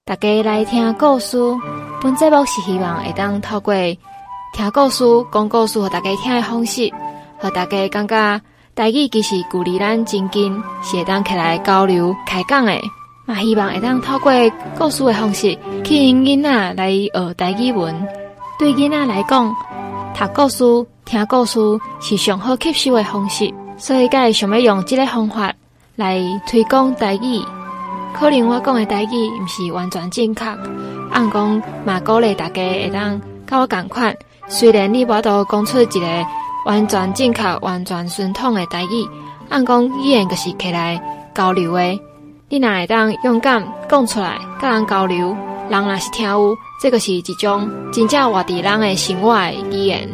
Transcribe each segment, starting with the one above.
大家来听故事。本节目是希望会当透过听故事、讲故事，互大家听的方式，互大家感觉台语其实距离咱真近，是会当起来交流、开讲的。嘛，希望会当透过故事的方式，去引囡仔来学台语文。对囡仔来讲，读故事、听故事是上好吸收的方式，所以才会想要用这个方法来推广台语。可能我讲的台语毋是完全正确，按讲嘛鼓励大家会当甲我同款。虽然你无法度讲出一个完全正确、完全顺统的台语，按讲语言就是起来交流的。你若会当勇敢讲出来，甲人交流，人若是听有，这个是一种真正活伫人的生活的语言。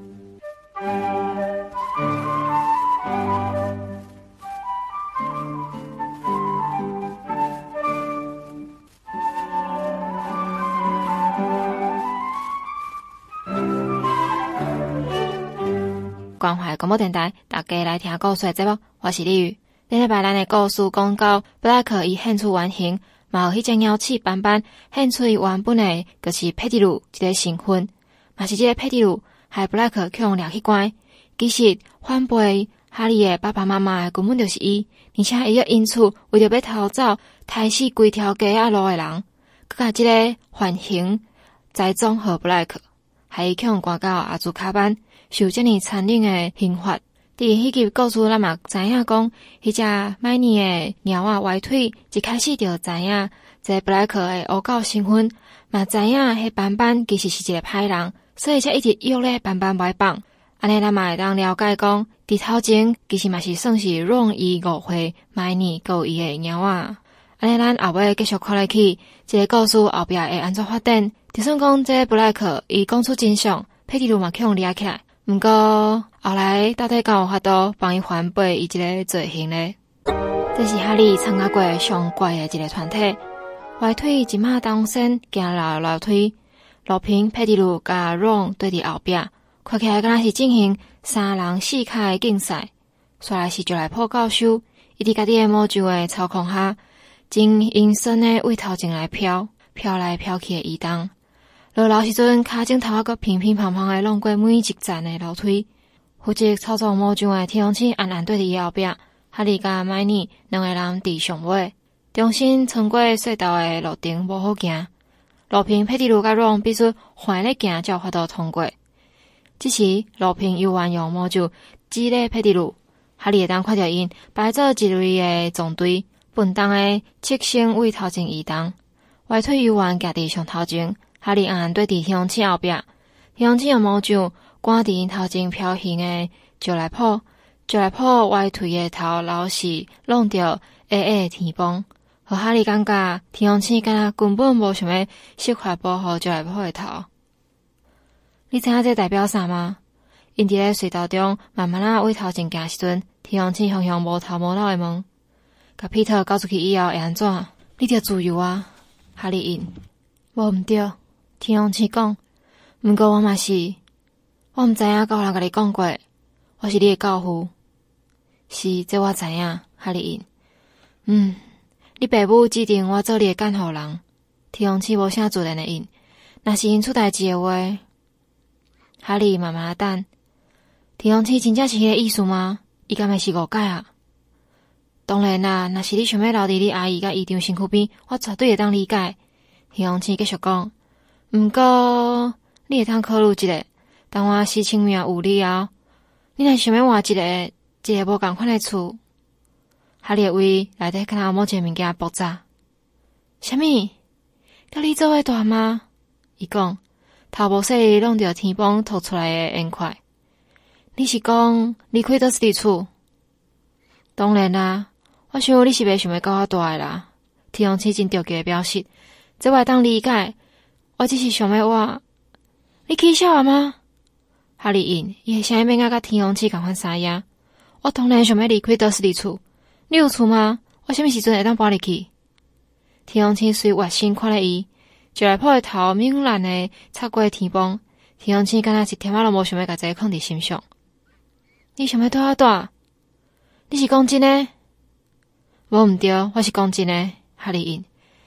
关怀广播电台，大家来听故事的节目，我是李宇。顶礼拜咱的故事讲到 Black 伊献出原形，嘛有迄只鸟鼠斑斑献出伊原本的，就是佩蒂鲁一个身份，嘛是这个佩蒂鲁害 Black 去用掠去关。其实反背哈利的爸爸妈妈根本就是伊，而且伊要因此为着要逃走，杀死规条街仔路的人，佮甲这个原形栽赃予 Black， 害伊去用关到阿祖卡班。受这么残忍的刑罚，伫迄集故事咱嘛知影讲，迄只麦尼的猫仔歪腿一开始就知影这 Black 的诬告身份，嘛知影迄斑斑其实是一个歹人，所以才一直约咧斑斑袂放。安尼咱嘛会当了解讲，伫头前其实嘛是算是让伊误会麦尼佮伊的猫仔。安尼咱后尾继续看落去，这个故事后壁会安怎发展？就算讲这 Black 伊讲出真相，佩蒂鲁嘛去互掠起来。毋过后来到底敢有法度帮伊还背伊一个罪行呢？这是哈利参加过上怪的一个团体。歪腿一马当先行楼梯，路平佩蒂鲁甲荣对伫后壁，看起来敢若是进行三人四脚的竞赛。煞来是就来破教授，伊伫家己的魔杖的操控下，真阴森的为头前来飘来飘去的移动。落楼时阵，脚趾头个乒乒乓乓的弄过每一站的楼梯。负责操纵魔杖的天空星暗暗对伫伊后壁，哈利甲麦尼两个人伫上尾，重新穿过隧道的路顶无好行。路平佩蒂鲁甲荣必须缓咧行才有法度通过。这时路平又玩用魔杖指咧佩蒂鲁，哈利会当看到因摆做一类的纵队，笨重的侧身为头前移动，歪腿又玩行伫上头前。哈利暗暗对伫天空星后壁，天空星用魔杖赶伫因头前飘行的石来破歪腿的头老是弄着的天崩，互哈利感觉天空星敢若根本无想要设法保护石来破的头。你知影这代表啥吗？因伫咧隧道中慢慢为头前行时阵，天空星向无头无脑的问：甲皮特交出去以后会安怎？你着自由啊！哈利应：无毋对。天空星讲，毋过我嘛是，我毋知影有人甲你讲过，我是你的教父。是，这我知影。哈利应，你爸母指定我做你的监护人。天空星无啥自然的应，若是因出代志的话，哈利慢慢等。天空星真正是迄个意思吗？伊敢会是误解啊？当然啦，若是你想要留伫你阿姨甲姨丈身躯边，我绝对会当理解。天空星继续讲。毋过，你会通考虑一下，当我死清命有你后，你若想要换一个无共款的厝，哈利的胃内底敢若某一个物件爆炸。啥物？甲你做伙大吗？伊讲，头无细弄着天崩吐出来的烟块。你是讲离开倒是伫厝？当然啦，我想你是袂想要甲我大的啦。天空星真着急的表示，这我会当理解。我只是想要你起笑啊吗？哈利应，伊的声音变甲天空星共款沙哑。我当然想要离开倒是伫厝。你有厝吗？我什么时阵会当搬入去？天空星随越身看咧伊，石来破的头猛然的擦过天崩。天空星敢若一点仔都无想要甲这个放伫心上。你想要对我大？你是讲真的？无毋对，我是讲真的。哈利应。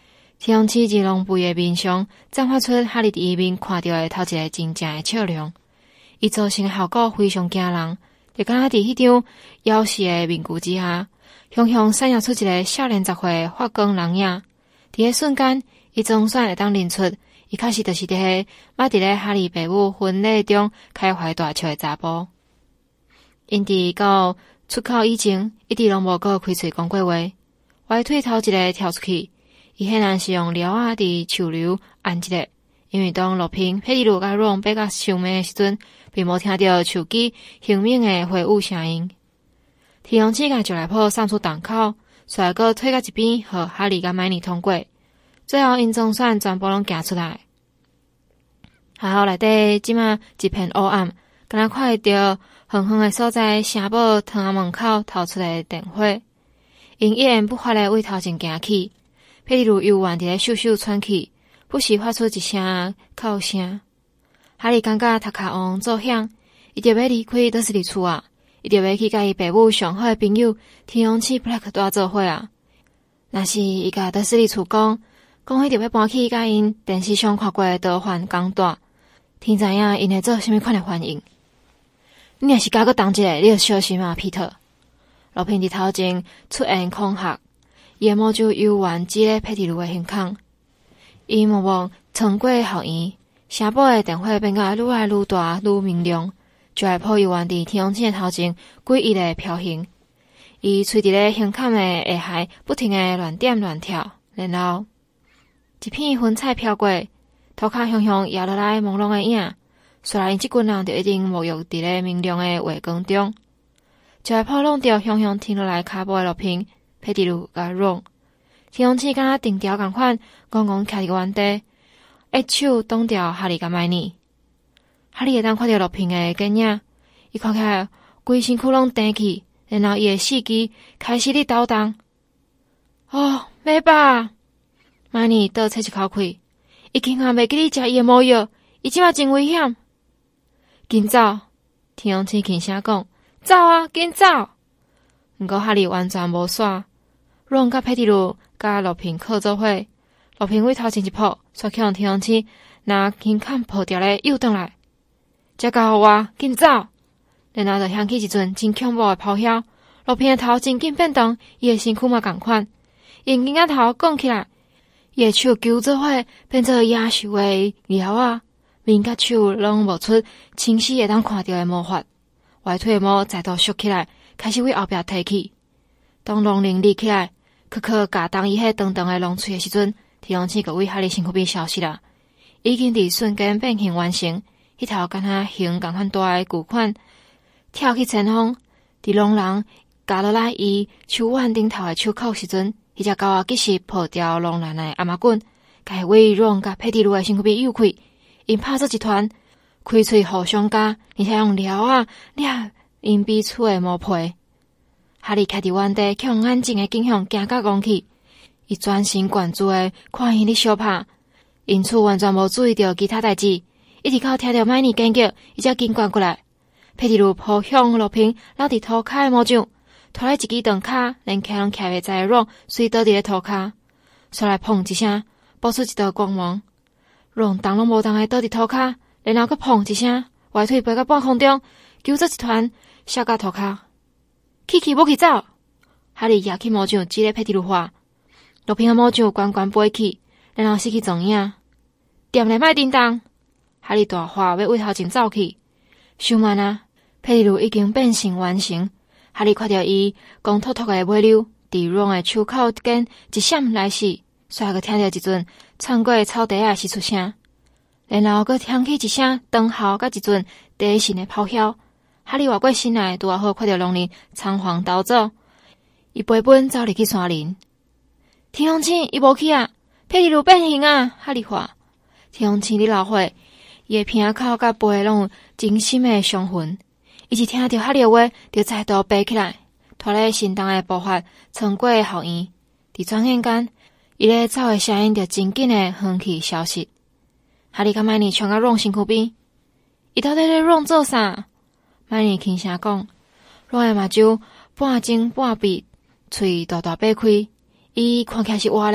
天空鼠伫狼狽的面上绽发出哈利伫伊面看到的头一个真正的笑容，伊造成的效果非常惊人，就敢若伫迄张妖视的面具之下，雄雄闪耀出一个少年十岁的发光人影。伫迄瞬间，伊总算会当认出，伊确实就是伫迄捌伫咧哈利爸母婚礼中开怀大笑的查甫。因伫到出口以前，一直拢无搁开喙讲过话，歪腿头一个跳出去。伊显然是用撩仔伫树瘤按一个，因为当罗平、佩蒂鲁甲롱爬到上面的时阵，并无听到树枝雄猛的挥舞声音。天空鼠甲就来抱送出洞口，随后搁推到一边，互哈利甲麦尼通过。最后因总算全部拢行出来。学校内底即马一片黑暗，敢若看会到远远的所在城堡窗仔门口透出来的电火。因一言不发的为头前行去。佩蒂鲁悠远伫咧咻咻喘气，不时发出一声哭声。哈利感觉头壳嗡作响，伊就要离开德斯里厝啊，伊就要去甲伊爸母上好的朋友天空鼠布莱克大做伙啊。若是伊甲德斯里厝讲伊就要搬去甲因电视上看过的导环共大，天知影因会做啥物款的反应。你若是甲个动一个，你就小心啊，皮特。罗平伫头前出现恐吓。伊的目睭悠远指咧佩蒂鲁的胸腔，伊默默穿过校园，城堡的电火变甲愈来愈大、愈明亮，就来抱悠远伫天空鼠的头前诡异的飘行。伊喙伫咧胸腔的下海不停的乱点乱跳，然后一片云彩飘过，涂骹雄雄摇落来朦胧的影，虽然因即群人就一定沐浴伫咧明亮的月光中，就来抱弄着雄雄停落来骹步的罗平。佩蒂鲁甲롱，天空鼠敢若定调共款，戆戆徛伫原地，一手挡掉哈利甲麦尼。哈利会当看到罗平的肩影，伊看起来规身躯拢弹起，然后伊的四肢开始咧抖动。哦，袂吧！麦尼倒吹一口气，伊竟然袂记咧食伊的魔药，伊即马真危险。紧走！天空鼠轻声讲：“走啊，紧走！”毋过哈利完全无煞。롱甲佩蒂鲁甲罗平靠做伙，罗平为头前一扑，煞去用天空鼠拿轻砍抱掉咧又转来，才交互我紧走，然后就响起一阵真恐怖的咆哮。罗平的头真紧变长，伊的身躯嘛共款，因囡仔头拱起来，伊的手揪做伙变做野兽的撩仔，面甲手拢冒出清晰会当看到的魔法，外腿的毛再度缩起来，开始为后壁提起。当龙鳞立起来，可夹动伊迄长长的龙喙的时阵，天空鼠就为哈利身躯边消失啦。已经伫瞬间变形完成，迄头敢若熊共款大的巨款跳去前方，伫龙人夹落来伊手腕顶头的手铐时阵，迄只狗仔及时抱掉龙人的阿妈棍，甲为롱甲佩蒂鲁的身躯边诱开，因拍做一团，开喙互相夹，而且用撩啊掠因彼此的毛皮。哈利徛伫原地，向安静的景象行甲讲去，伊专心贯注的看因咧相拍，因此完全无注意到其他代志。一直到听到麦尼尖叫，伊才紧赶过来。佩蒂鲁扑向罗平，留伫涂骹的魔杖，拖来一支长骹，连徛拢徛袂在的롱随倒伫咧涂骹，唰来砰一声，爆出一道光芒。롱动拢无动的倒伫涂骹，然后佮砰一声，外腿飞到半空中，揪做一团，摔到涂骹。去要去走！哈利举起魔杖指咧佩蒂鲁话，罗平的魔杖悬悬飞起，然后失去踪影。点咧莫叮当！哈利大喊要为头前走去，伤慢啊！佩蒂鲁已经变形完成。哈利看到伊光秃秃的尾溜伫롱的手口间一闪来时，随后听到一阵窜过草地的窸窣声，然后佮响起一声长号甲一阵低声的咆哮。哈利活过身来，拄好看到龙鳞仓皇逃走，伊飞奔走入去山林。天空鼠，伊无去啊！佩蒂鲁变形啊！哈利话。天空鼠伫老火，伊的鼻口甲背拢有真深的伤痕。伊一听到哈利的话，就再度爬起来，拖咧心动的步伐穿过校园。伫转眼间，伊咧走的声音就真紧的远去消失。哈利甲麦尼冲到롱身躯边，伊到底咧롱做啥？麦尼轻声讲，롱的目睭半睁半闭，喙大大擘开，伊看起来是活的，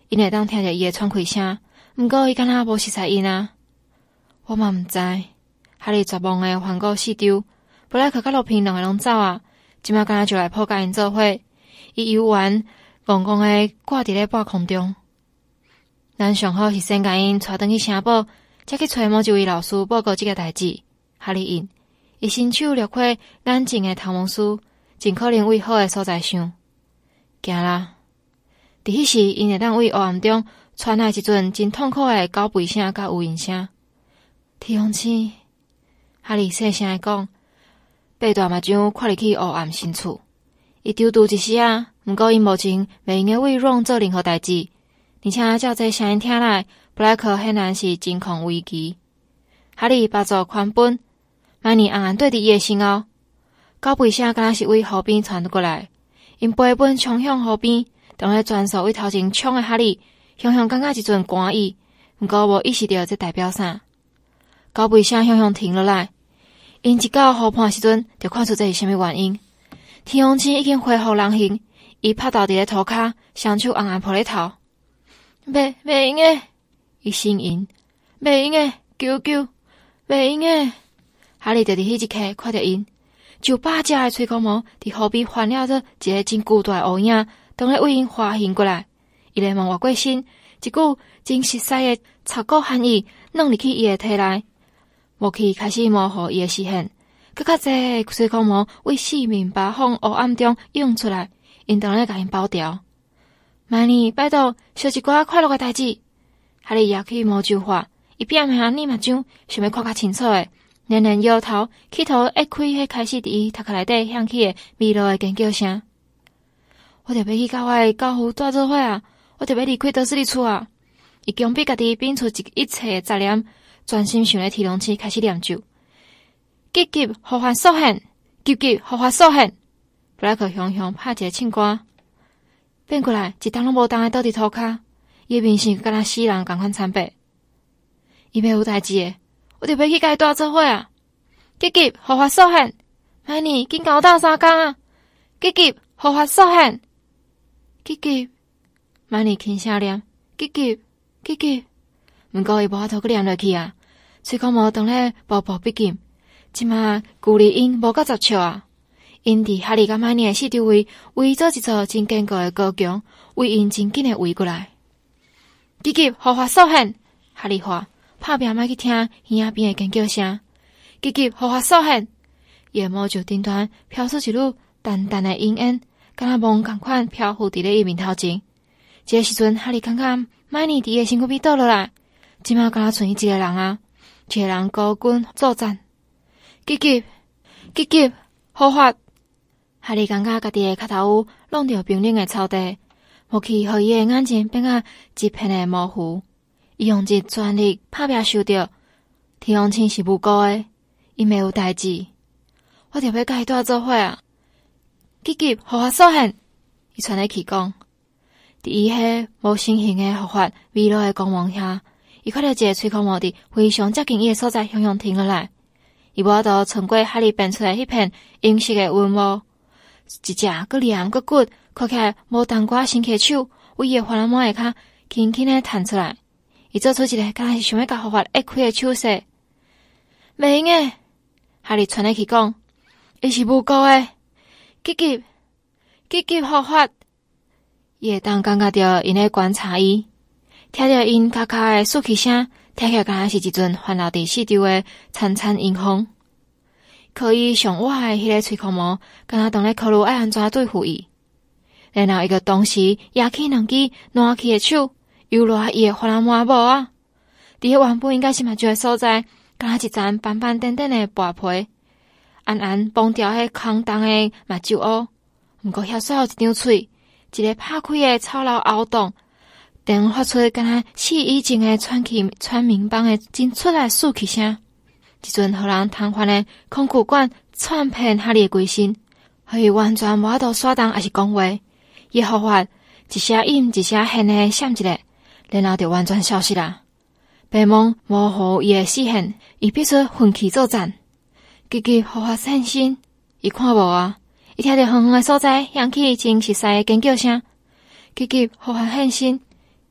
因会当听着伊的喘气声，毋过伊敢若无熟悉因啊。我嘛毋知。哈利绝望诶环顾四周，布莱克甲罗平两个拢走啊，即摆敢若就来抱甲因做伙。伊游玩戆戆诶挂伫咧半空中。咱上好是先甲因带转去城堡，才去找某一位老师报告即个代志。哈利应，伊伸手掠过眼前诶头毛丝，尽可能为好诶所在想。行啦！伫迄时，因会当为黑暗中传来一阵真痛苦诶狗吠声甲有音声。天空星，哈利细声诶讲，白大目睭看入去黑暗深处。伊丢拄一时啊，毋过因目前袂用诶为Ron做任何代志，而且照这声音听来，布莱克显然是真况危机。哈利把手宽本，曼尼暗暗对伫伊诶身后，狗吠声敢若是为河边传过来，因飞奔冲向河边，当咧转速为头前冲诶哈利，雄雄感觉一阵寒意，毋过无意识到这代表啥。狗吠声雄雄停落来，因一到河畔时阵，就看出这是啥物原因。天空星已经恢复人形，伊趴倒伫咧涂骹，双手暗暗抱咧头。袂用诶，伊呻吟，袂用诶，救救，袂用诶！哈利就伫迄一刻看着因，就百只诶吹口毛伫河边翻了做一个真巨大诶乌影，当咧为因滑行过来。伊连忙越过身，一股真熟悉诶插骨寒意弄入去伊诶体内，雾气开始模糊伊诶视线，更较济吹口毛为四面八方黑暗中涌出来，因当咧甲因包掉。曼尼，拜托，小一寡快乐诶代志。哈利摇起毛就发，伊变下你目睭，想要看较清楚诶，连连摇头，企图一开迄开始伫伊头壳内底响起诶微弱诶尖叫声。我着要去甲我诶教父带做伙啊！我着要离开德斯利厝啊！伊强逼家己摒除一切诶杂念，专心想咧提龙器开始念咒。急急，互法所现！急急，互法所现！布莱克雄雄拍一个庆歌。变过来，一动拢无动诶倒伫涂骹，伊面色敢若死人共款惨白。伊要有代志诶，我着要去甲伊带做伙啊！急急，互法所现！曼尼，紧甲我斗相共啊！急急，互法所现！急急，曼尼轻声念，急急，急急。毋过伊无法度去念落去啊！吹口毛当咧步步逼近，即马距离因无到10尺啊！因伫哈利甲曼尼诶四周围围做一座真坚固诶高墙，为因真紧诶围过来。急急，互法所现！哈利话，拍拼莫去听耳仔边诶尖叫声。急急，互法所现！夜幕就顶端飘出一缕淡淡诶阴烟，敢若梦共款漂浮伫咧伊面头前。这个时阵，哈利感觉曼尼伫伊诶身躯边倒落来，即马敢若剩伊一个人啊！一个人孤军作战。急急，急急，互法！哈利感觉家己诶脚头有弄着冰冷诶草地，雾气互伊诶眼睛变啊一片诶模糊。伊用尽全力拍拼想着，天空星是无辜诶，伊袂有代志。我着要甲伊带做伙啊！急急，互法所现！伊喘咧气讲，伫伊迄无成形诶护法微弱诶光芒下，伊看到一个吹口毛伫非常接近伊诶所在向向停落来。伊无法度穿过哈利变出来迄片银色诶云雾。一只搁亮搁骨，看起来无淡薄神奇手，为伊诶花篮满下骹轻轻诶弹出来。伊做出一个敢若是想要甲护法一开诶手势。袂用诶，哈利喘咧气讲，伊是无辜诶。急急，急急护法！伊会当感觉到因咧观察伊，听着因卡卡诶竖起声，听起来敢若是一阵环绕伫四周诶潺潺阴风。可以上我诶迄个吹口毛，敢若当咧考虑爱安怎对付伊。然后伊个同时举起两支烂去诶手，游落伊诶花篮满帽啊！伫迄原本应该是目睭诶所在，敢若一层斑斑点点诶白皮，暗暗绑掉迄空洞诶目睭乌。毋过遐煞有一张喙，一个拍开诶草老凹洞，电发出敢若死以前诶喘鸣邦诶真出来竖起声。一阵互人瘫痪诶空气管窜遍哈利诶规身，互伊完全无法度耍动还是讲话。伊护法一声应一声现诶闪一个，然后就完全消失啦。白蒙模糊伊诶视线，伊必须奋起作战。急急护法现身，伊看无啊！伊听着远远诶所在响起真熟悉诶尖叫声。急急护法现身，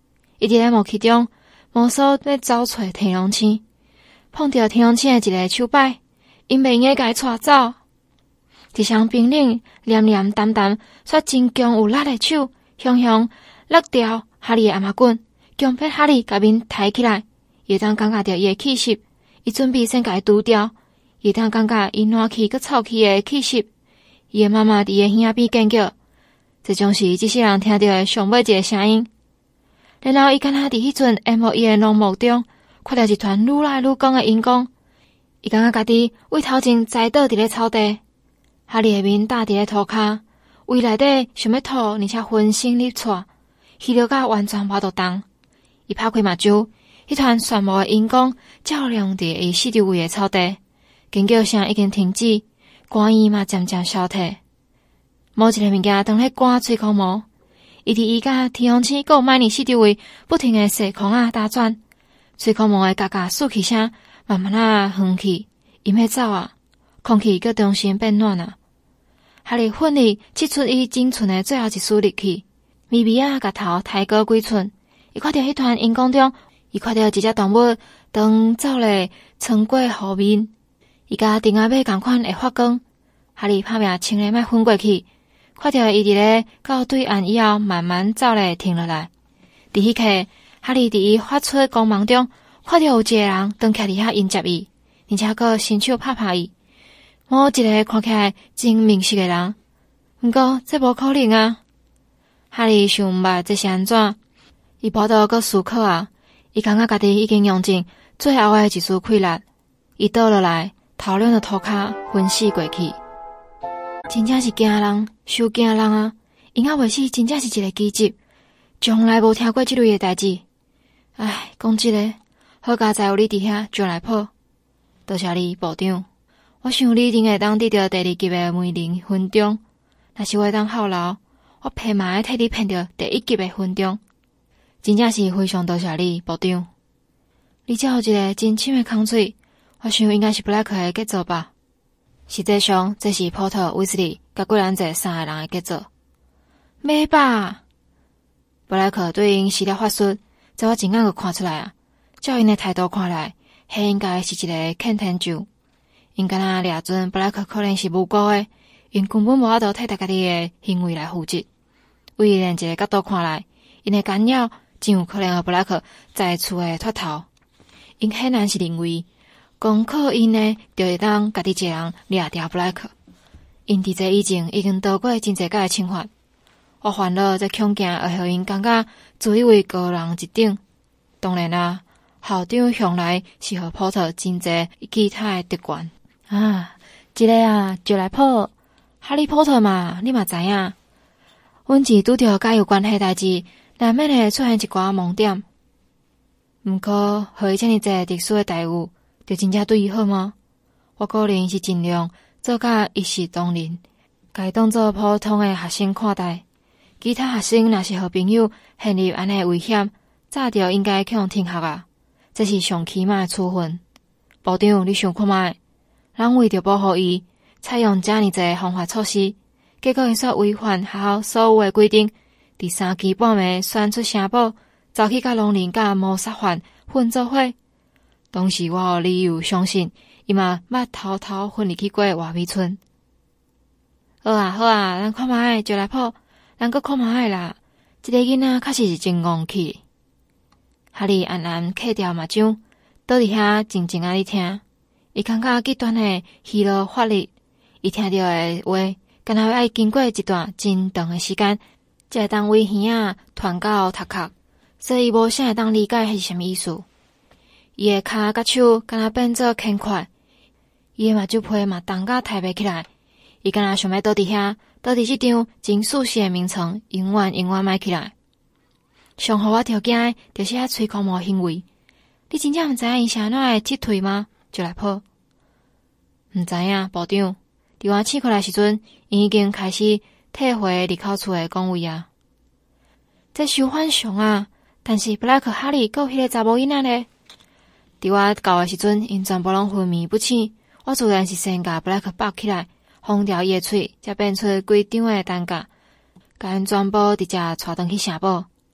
伊伫咧墓区中摸索要找找天龙星，碰到天龙星的一个手摆，因袂用甲伊带走。一双冰冷、黏黏淡淡、却真强有力的手，向勒掉哈利的阿妈棍，强迫哈利甲面抬起来。伊当感觉到伊的气息，伊准备先甲伊除掉。伊当感觉伊暖气佮臭气的气息，伊的妈妈伫伊耳边尖叫，这种是这世人听到的上尾一个声音。然后伊敢若伫迄阵淹没伊的浓雾中，看到一团愈来愈光的荧光。伊感觉家己为头前栽倒伫咧草地，哈利的面搭伫咧涂骹，胃内底想要吐，而且浑身力颤，虚弱甲完全无度动。伊拍开目睭，迄团炫目的荧光照亮伫伊四周围的草地。尖叫声已经停止，寒意嘛渐渐消退。某一个物件当咧赶吹空毛，伊伫伊甲天空星佮麦尼四周围不停的射空啊打转，吹空毛的嘎嘎竖起声慢慢啊远去，因要走啊，空气佮重新变暖啊。哈利奋力挤出伊仅存的最后一丝力气，微微啊甲头抬高几寸，伊看到迄团荧光中，伊看到一只动物当走咧穿过湖面。伊甲顶下尾共款会发光，哈利拍命穿咧莫昏过去，看到伊伫咧到对岸以后慢慢走咧停落来。伫迄刻，哈利伫伊发出光芒中，看到有一个人当徛伫遐迎接伊，而且佮伸手拍拍伊。某一个看起来真面熟的人，毋过这无可能啊！哈利想毋捌这是安怎，伊无倒佮思考啊，伊感觉家己已经用尽最后的一丝气力，伊倒落来。头两个涂骹昏死过去，真正是惊人，受惊人啊！因仔袂死，真正是一个奇迹，从来无听过这类的代志。唉，讲真个，好佳在有你伫遐就来跑，多谢你部长。我想你一定会当得到第2级的梅林勋章，若是我当效劳，我偏嘛爱替你骗到第1级的勋章。真正是非常多谢你，部长。你才有一个真深的空嘴。我想应该是布莱克的杰作吧。实际上，这是波特、威斯利甲贵兰这3个人的杰作。没吧？布莱克对因施了法术，在我真眼就看出来啊。照因的态度看来，迄应该是一个欠天咒。因敢若掠准布莱克可能是无辜的，因根本无法度替大家己的行为来负责。为另一个角度看来，因的干扰真有可能互布莱克再次的脱逃。因显然是认为。光靠因呢，就会当家己一个人掠掉布莱克。因伫这以前已经逃过真侪届的惩罚，我烦恼这恐惊会互因感觉自以为高人一等。当然啦，校长向来是互波特真侪其他的特权啊。一个啊，就来跑哈利波特嘛，你嘛知影。阮是拄着甲有关系代志，难免会出现一寡盲点。毋过，互伊遮尔侪特殊的待遇。就真正对伊好吗？我个人是尽量做甲一视同仁，甲伊当作普通的学生看待。其他学生若是好朋友陷入安尼危险，早就应该去互停学啊！这是上起码的处分。部长，你想看觅？咱为着保护伊，采用遮尔侪方法措施，结果因煞违反学校所有的规定，伫3更半暝选出城堡，走去甲农人甲谋杀犯混做伙。当时我有理由相信，伊嘛捌偷偷混入去过外美村。好啊好啊，咱看觅就来跑，咱搁看觅啦。这个囡仔确实是真戆气。哈利暗暗揢掉目睭，倒伫遐静静啊咧听。伊感觉极端的疲劳乏力，伊听到的话，敢若要经过一段真长的时间，才会当为耳仔传到头壳，所以伊无啥会当理解迄是啥物意思。伊的骹甲手敢若变做轻快，伊的目睭皮嘛冻甲抬袂起来。伊敢若想要倒伫遐，倒伫即张真舒适的眠床，永远买起来。上互我条件的，就是遐吹空毛行为。你真正毋知影伊是安怎会撤退吗？就来跑。毋知影，部长。伫我醒过来时阵，因已经开始退回入口处的岗位啊。这是反常啊！但是布莱克、哈利佮迄个查某囡仔呢？伫我到的时阵，因全部拢昏迷不醒。我自然是先甲布莱克抱起来，封掉伊的喙，才变出规张的担架，甲因全部直接带转去城堡。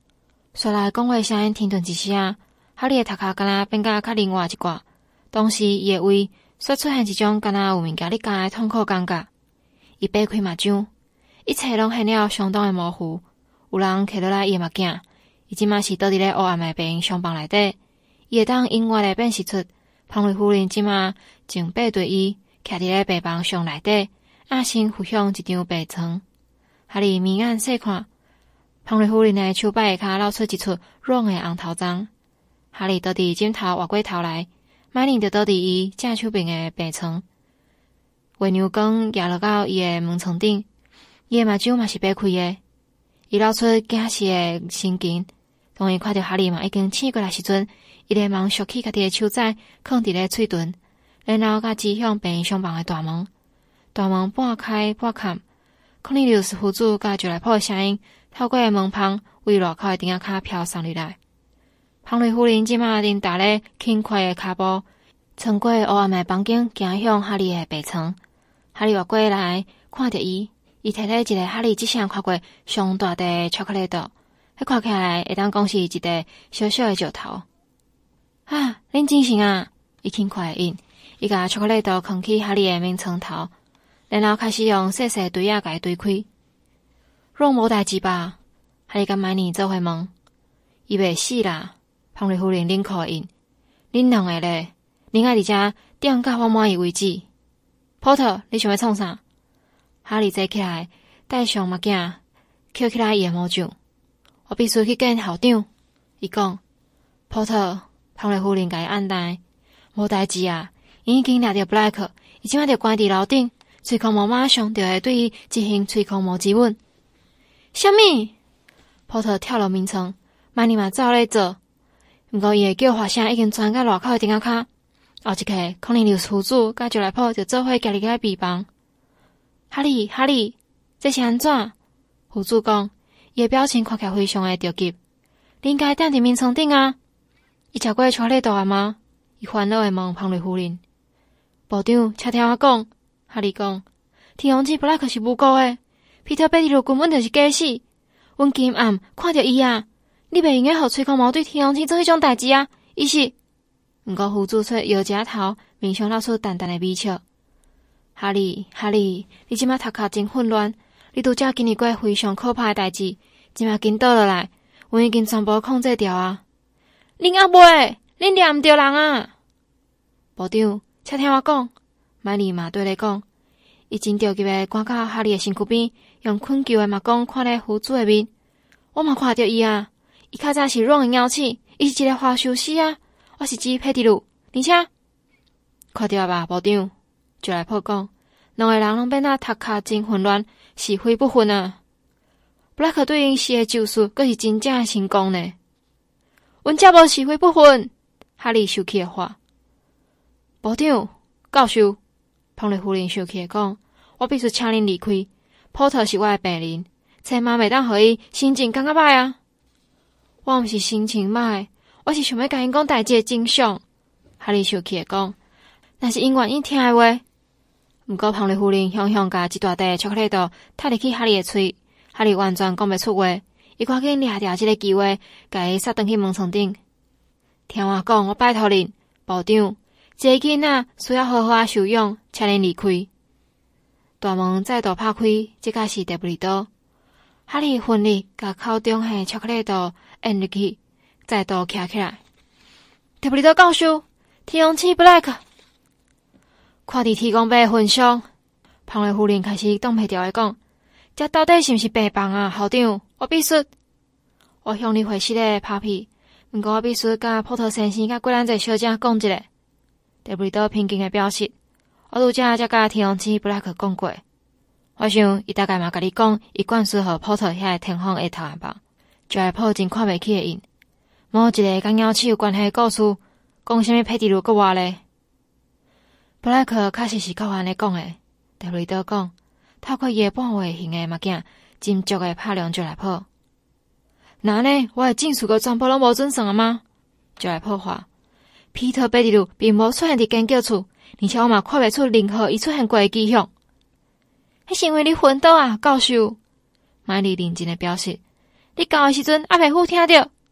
刷来讲话声音停顿一声，哈利的头壳敢若变甲较灵活一寡，同时伊的胃却出现一种敢若有物件咧咬的痛苦感觉。伊掰开目睭，一切拢显了相当的模糊。有人摕落来伊的目镜，伊即马是倒伫咧黑暗的病院厢房内底。伊会当隐约的辨识出彭瑞夫人即马正背对伊，徛伫咧病房上内底，压身扶向一张病床。哈利明眼细看，彭瑞夫人的手摆下骹露出一撮软的红头鬃。哈利倒伫枕头歪过头来，马上就倒伫伊正手边的病床。月亮光压落到伊的门床顶，伊的目睭嘛是掰开的。伊露出惊喜的神情，当伊看到哈利嘛已经醒过来时阵，伊连忙拾起家己的手指，放伫咧喙唇，然后甲指向病院厢房的大门。大门半开半开，康尼留斯夫子甲就来破的声音透过门旁为路口的顶仔骹飘送入来。彭瑞夫人即马正踏咧轻快的脚步，穿过黑暗的房间，行向哈利的病床。哈利越过来，看着伊摕咧一个哈利即向看过上大块的巧克力豆，迄看起来会当讲是一个小小的石头。啊，恁精神啊！伊轻快的应，伊甲巧克力豆放去哈利的面床头，然后开始用细细堆仔甲伊堆开。拢无代志吧？哈利甲麦尼做伙问。伊袂死啦！彭瑞夫人冷酷的应，恁两个咧，恁爱伫遮点到我满意为止。波特，你想要创啥？哈利坐起来，戴上目镜，捡起来伊的魔杖。我必须去见校长。伊讲，波特，彭瑞夫人甲伊按捺，无代志啊，伊已经掠着布莱克，伊即摆着关伫楼顶，喙孔毛马上就会对伊进行喙孔毛之吻。什么？波特跳落眠床，曼尼嘛照咧做，毋过伊的叫喊声已经传到路口的顶仔骹。后一刻，康尼留斯夫子甲就来破就做伙行入个病房。哈利，这是安怎？夫子讲，伊的表情看起来非常的着急。你应该踮伫眠床顶啊！伊食过巧克力豆啊吗？伊烦恼的问彭瑞夫人。部长，请听我讲。哈利讲，天王星布莱克是无辜的，皮特贝蒂鲁根本就是假死。阮今暗看着伊啊，你袂用个互吹空毛对天王星做迄种代志啊！伊是。毋过夫子却摇一头，面上露出淡淡的微笑。哈利，你即马头壳真混乱，你拄则经历过非常可怕的代志，即马紧倒落来，阮已经全部控制掉啊！恁阿袂，恁掠毋着人啊！部长，请听我讲，麦莉嘛对咧讲，伊真着急的赶到哈利的身躯边，用困求的目光看咧夫子的面。我嘛看着伊啊，伊较早是软的鸟鼠，伊是一个花修士啊！我是指佩蒂鲁，而且看到吧，部长就来破讲，两个人拢变啊头壳真混乱，是非不分啊。布莱克对因死的咒术，阁是真正的成功呢。阮则无是非不分，哈利生气的话。部长，教授，彭瑞夫人生气的讲，我必须请恁离开。波特是我的病人，千万袂当互伊心情感觉歹啊。我毋是心情歹。我是想要甲因讲代志的真相，哈利生气的讲，若是因愿意听的话。毋过彭瑞夫人向甲一大袋巧克力豆踢入去哈利的喙，哈利完全讲袂出话，伊赶紧掠掉这个机会，甲伊塞转去门床顶。听我讲，我拜托恁，部长，这个囡仔需要好好啊收养，请恁离开。大门再度拍开，这个是德布里多。哈利奋力甲口中的巧克力豆按入去。再度徛起来，特布里多教授，天王星布莱克，看伫天公伯的份上，彭瑞夫人开始动袂调的讲：，这到底是毋是病房啊？校长，我必须，我向你回息的拍屁，毋过我必须甲波特先生甲几咱这小姐讲一下。特布里多平静的表示：，我拄则才甲天王星布莱克讲过，我想伊大概嘛甲你讲，伊灌输互波特遐天荒下头啊吧，就来破真看袂起的因。无一个甲鸟鼠有关系的故事，讲啥物佩蒂鲁个话咧？布莱克确实是靠安尼讲的。德布里多讲，透过伊个半圆形的目镜，斟酌的拍量就来破。那呢，我的证词个全部拢无准算啊吗？就来破话。皮特贝蒂鲁并无出现伫研究处，而且我嘛看袂出任何伊出现过的迹象。迄是因为你昏倒啊，教授。麦莉认真的表示，你教的时阵，阿伯虎听到。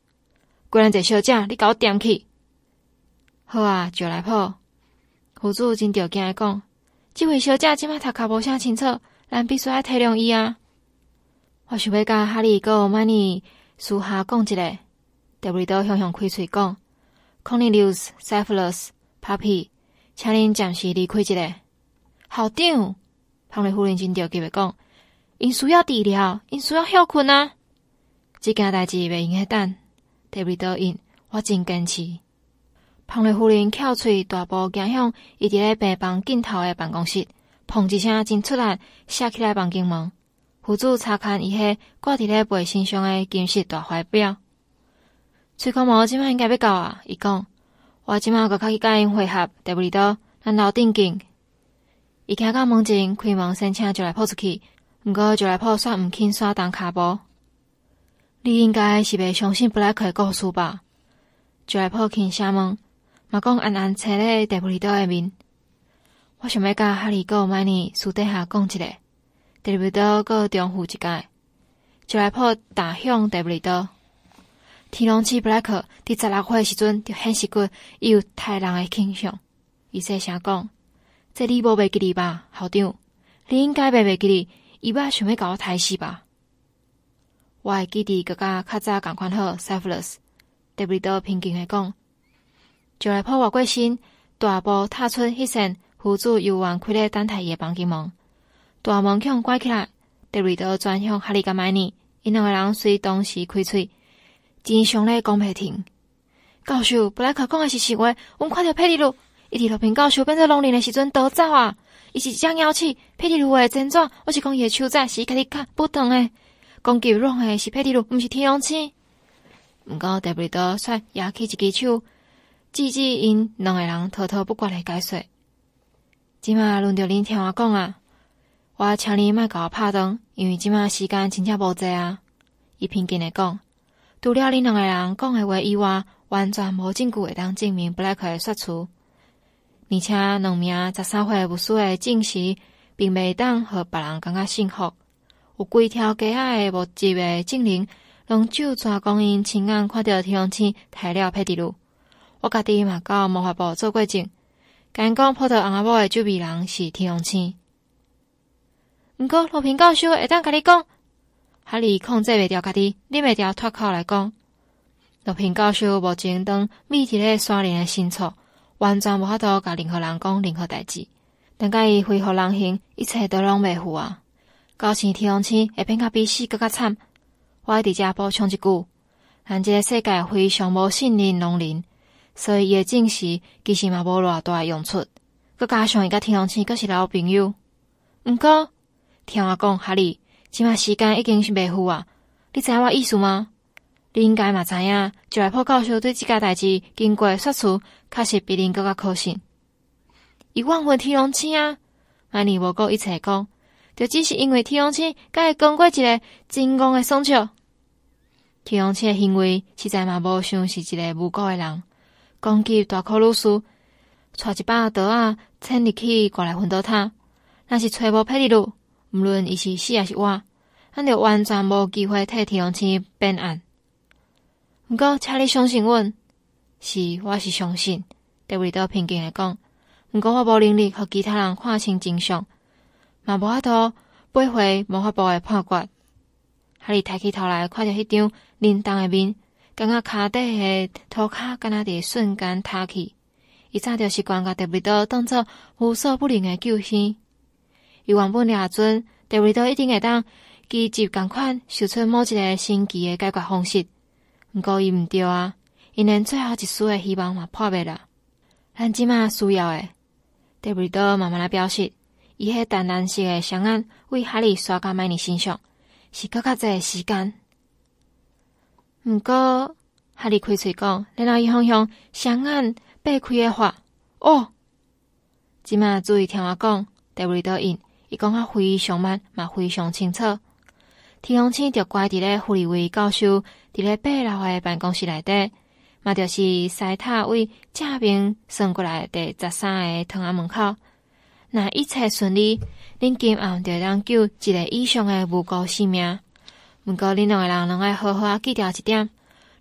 规咱这小姐，你甲我点去！好啊，就来破。副主真着惊诶讲，这位小姐即摆读骹无啥清楚，咱必须要体谅伊啊。我想要甲哈利佮曼妮私下讲一个。德维多向开喙讲 ，Cornelius, Severus, Papi， 请恁暂时离开一下。校长，庞瑞夫人真着急诶讲，因需要治疗，因需要休困啊。这件代志袂用个等。德维多因，我真坚持。庞瑞夫人翘喙大步行向伊伫咧病房尽头诶办公室，砰一声真出力，掀起来房间门。副主查看伊迄挂伫咧背身上诶金色大怀表。吹口毛即摆应该要到啊！伊讲，我即摆搁较去甲因会合，德维多，咱留定紧。伊行到门前，开门先请就来抱出去，毋过就来抱煞毋肯刷动骹步。你应该是袂相信布莱克诶故事吧？就来抱轻声问，嘛讲暗暗切咧德维多诶面。我想要甲哈利佮曼妮私底下讲一个，德维多佮重复一解，就来抱打向德维多。天龙七布莱克伫16岁时阵就显示过伊有杀人诶倾向。伊细声讲，这你无袂记哩吧，校长？你应该袂记哩，伊捌想要甲我杀死吧？我会记得佮较早共款好 Severus。德维多平静诶讲，就来破外过身，大步踏出迄扇副主游玩开咧等待伊诶房间门。大门向关起来，德维多转向哈利甲曼妮，因两个人随同时开喙。真相咧讲袂停。教授，布莱克讲诶是实话，阮看到佩蒂鲁，伊伫罗平教授变做龙人诶时阵逃走啊！伊是只妖气，佩蒂鲁诶前传，我是讲伊诶手指是家己卡不疼诶。攻击拢诶是佩蒂鲁，毋是天龙星。毋过德维多却举起一支手，制止因两个人滔滔不绝诶解说。即马轮到恁听我讲啊！我请你莫甲我拍断，因为即马时间真正无济啊！伊平静诶讲。除了恁两个人讲诶话以外，完全无证据会当证明布莱克诶说辞。而且两名13岁无私诶证实，并袂当互别人感觉幸福。有规条街仔诶目击诶证人，用手抓讲因亲眼看到天龙星杀了佩蒂鲁。我家己嘛到魔法部做过证，甲因讲葡萄红仔某诶酒味人是天龙星。毋过罗平教授会当甲你讲。哈利控制袂住家己，忍袂住脱口来讲。罗平教授目前当秘伫咧山林诶深处，完全无法度甲任何人讲任何代志。等甲伊恢复人形，一切都拢袂赴啊！到时天龙星会变甲比死更较惨。我爱伫遮补充一句：咱这个世界非常无信任龙人，所以伊诶证实其实嘛无偌大诶用处。佮加上伊甲天龙星阁是老朋友。毋过，听我讲，哈利。即马时间已经是袂赴啊！你知影我意思吗？你应该嘛知影，就来破教授对即件代志经过说辞，确实比恁更较可信。伊冤魂天龙星啊！曼妮无顾一切讲，就只是因为天龙星甲伊讲过一个真戆诶爽笑。天龙星诶行为实在嘛无像是一个无辜诶人，攻击大考律师，带一把刀仔潜入去过来昏倒他，若是找无佩蒂鲁。毋论伊是死还是活，咱就完全无机会替天龙星辩案。毋过，请你相信阮，我是相信。德维多平静诶讲，毋过我无能力互其他人看清真相，嘛无法度背回魔法部诶判决。哈利抬起头来，看着迄张冷冻诶面，感觉骹底诶涂骹敢若伫瞬间塌去。伊早着习惯甲德维多当作无所不能诶救星。伊原本掠准德维多一定会当奇迹共款想出某一个神奇的解决方式，毋过伊毋对啊，因连最后一丝的希望嘛破灭啦。咱即马需要的，德维多慢慢来表示，伊迄淡蓝色的双眼为哈利刷到曼妮身上，是搁较侪时间。毋过哈利开喙讲，然后伊向双眼擘开的话，哦，即马注意听我讲，德维多因。伊讲啊非常慢，嘛非常清楚。天龙星就乖伫咧弗利维教授伫咧8楼诶办公室内底，嘛就是西塔为正面转过来第13个窗仔门口。若一切顺利，恁今暗就当救一个以上诶无辜性命。毋过恁两个人拢爱好好记牢一点，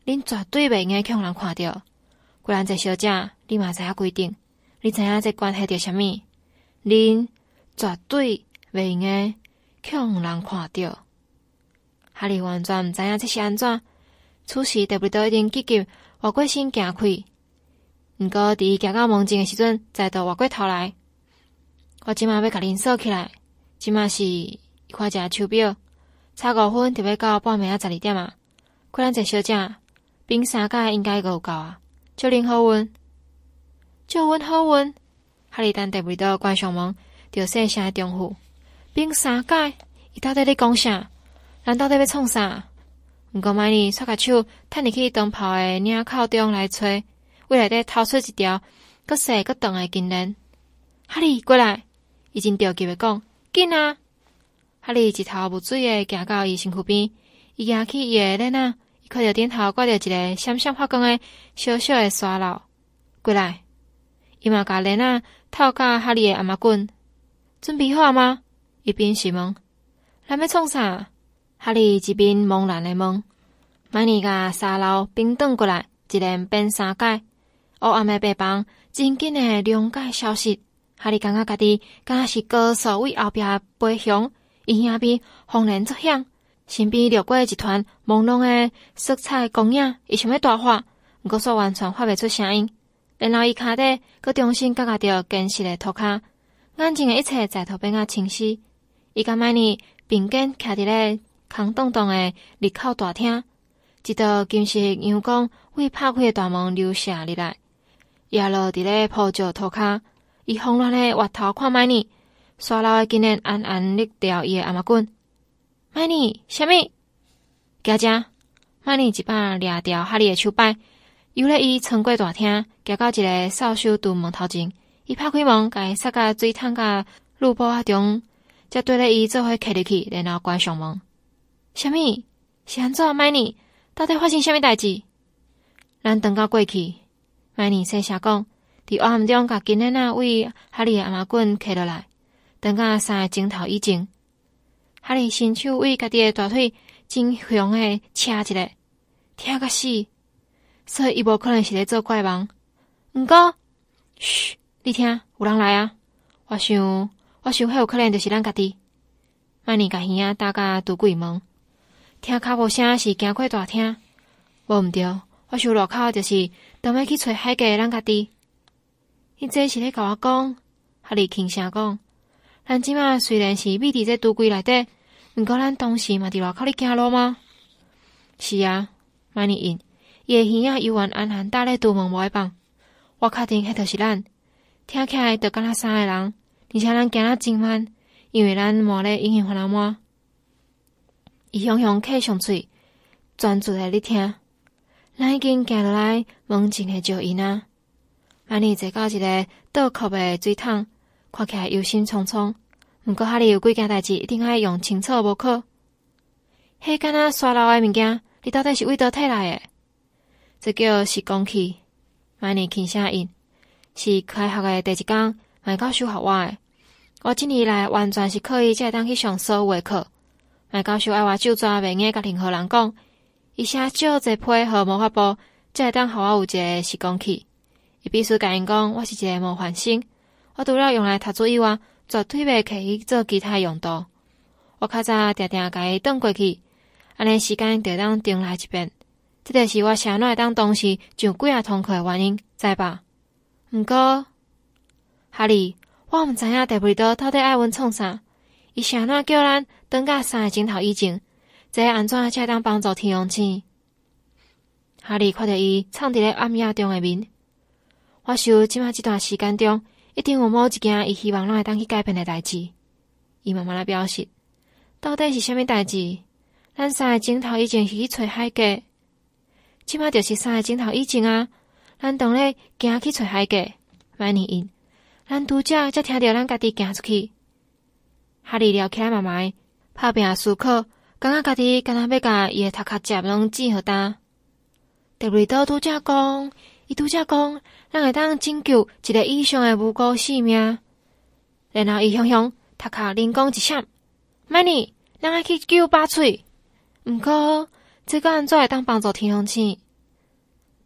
恁绝对袂用向人看到。果然这小姐，你嘛知影规定，你知影这关系着啥物？恁绝对袂用向人看到。哈利完全毋知影这是安怎。此时得不到一定急急活过身行开，毋过伫伊行到门前诶时阵，再度活过头来。我即马要甲恁锁起来，即马是看一下手表，差5分就要到半暝12点啊。果然这小姐，冰3届应该有够啊，祝恁好运，祝阮好运。哈利等得不到关上门，就细声重复：冰3届，伊到底咧讲啥？咱到底要创啥？毋过麦尼煞甲手探入去灯泡诶领口中来找，为内底掏出一条佫细佫长诶金链。哈利过来，伊真着急诶讲：紧啊！哈利一头雾水诶行到伊身躯边，伊举起伊诶链仔，伊看到顶头挂着一个闪闪发光诶小小诶沙漏。过来，伊嘛甲链仔套甲哈利诶阿妈棍。准备好啊吗？伊边是问：咱要创啥？哈利一边茫然诶问，麦尼甲沙漏并转过来，一连变3届。黑暗诶白房真紧诶溶解消失。哈利感觉家己敢若是高速为后壁飞翔，伊耳边轰然作响，身边掠过一团朦胧诶色彩光影，伊想要大发，毋过却完全发袂出声音。然后伊骹底佮重新感觉到坚实诶涂骹，眼前诶一切再度变啊清晰。伊甲麦尼并肩徛伫咧空洞洞诶入口大厅，一道金色阳光为拍开诶大门流射入来，也落伫咧铺石涂骹。伊慌乱诶滑头看麦尼，沙漏诶竟然暗暗勒掉伊诶阿妈棍。麦尼，啥物？家姐，麦尼一把掠掉哈利诶手摆，由咧伊穿过大厅，行到一个扫帚橱门头前。伊拍开门，甲伊塞甲水桶甲滤布仔中，才对咧伊做伙徛入去，然后关上门。啥物？是安怎？麦尼，到底发生啥物代志？咱转到过去，麦尼细声讲。伫黑暗中，甲金链仔为哈利阿妈棍揢落来，等到3个钟头以前，哈利伸手为家己的大腿真凶的掐一下，疼甲死，所以伊无可能是咧做怪梦。毋过，嘘，你听，有人来啊！我想，迄有可能就是咱家己。曼尼甲耳仔搭甲拄柜门，听脚步声是行过大厅，无毋对，我想路口就是当要去找海家的咱家己。你这是咧甲我讲？哈利轻声讲：咱即马虽然是秘伫这橱柜内底，毋过咱当时嘛伫外口咧行路吗？是啊，曼尼应，伊的耳仔犹原安含搭咧橱门无爱放。我确定迄著是咱，听起来著敢若3个人，而且咱行啊真慢，因为咱满咧隐形烦恼满。伊雄雄闭上喙，专注咧咧听。咱已经行落来门前的石因啊。曼尼坐到一个倒扣的水桶，看起来忧心忡忡。毋过哈利有几件代志一定爱用清楚无可。迄敢若刷漏的物件，你到底是为倒摕来的？这叫时光器。曼尼轻声应，是开学的第一天，麦教授学我的。我这年来完全是靠伊才会当去上所有的课。麦教授爱我手抓袂硬甲任何人讲，伊写少侪批和魔法部，才会当互我有一个时光器。伊必须甲因讲，我是一个模范生，我除了用来读书以外，绝对袂摕伊做其他用途。我较早定定甲伊转过去，安尼时间就当重来一遍。这就是我啥哪会当当时上几啊堂课的原因，知吧？毋过，哈利，我毋知影戴布利多到底爱阮创啥？伊啥哪叫咱等到3个钟头以前，这安怎才会当帮助天空星？哈利看到伊藏伫咧暗夜中的面。我想，即马这段时间中，一定有某一件伊希望咱会当去改变的代志。伊慢慢来表示，到底是啥物代志？咱3个钟头以前是去找海家，即马就是3个钟头以前啊。咱当咧行去找海家，曼尼因，咱拄则才听到咱家己行出去。哈利撩起来慢慢拍拼思考，感觉家己敢若要甲伊的头壳接拢记互担。德瑞多拄则讲。伊拄则讲，咱会当拯救一个以上的无辜性命。然后伊雄雄头壳灵光一闪，曼尼，咱爱去救巴喙。毋过，这个安怎会当帮助天空星？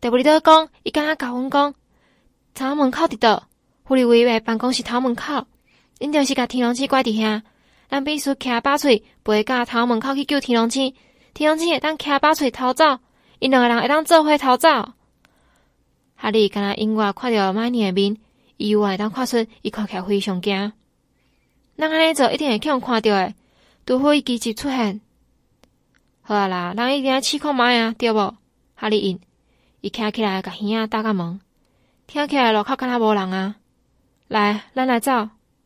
德布里多讲，伊敢若甲阮讲，厂门口伫倒，护理委员办公室头门口，因就是甲天龙星拐伫遐。咱秘书徛把喙，陪到头门口去救天龙星，天龙星会当徛把喙逃走，因两个人会当做伙逃走。哈利敢若因外看到麦尼的面，伊有会当看出伊看起来非常惊。咱安尼做一定会去互看到的，除非伊奇迹出现。好啊啦，咱一定要试看卖啊，对无？哈利应，伊徛起来甲耳仔搭甲问，听起来路口敢若无人啊。来，咱来走。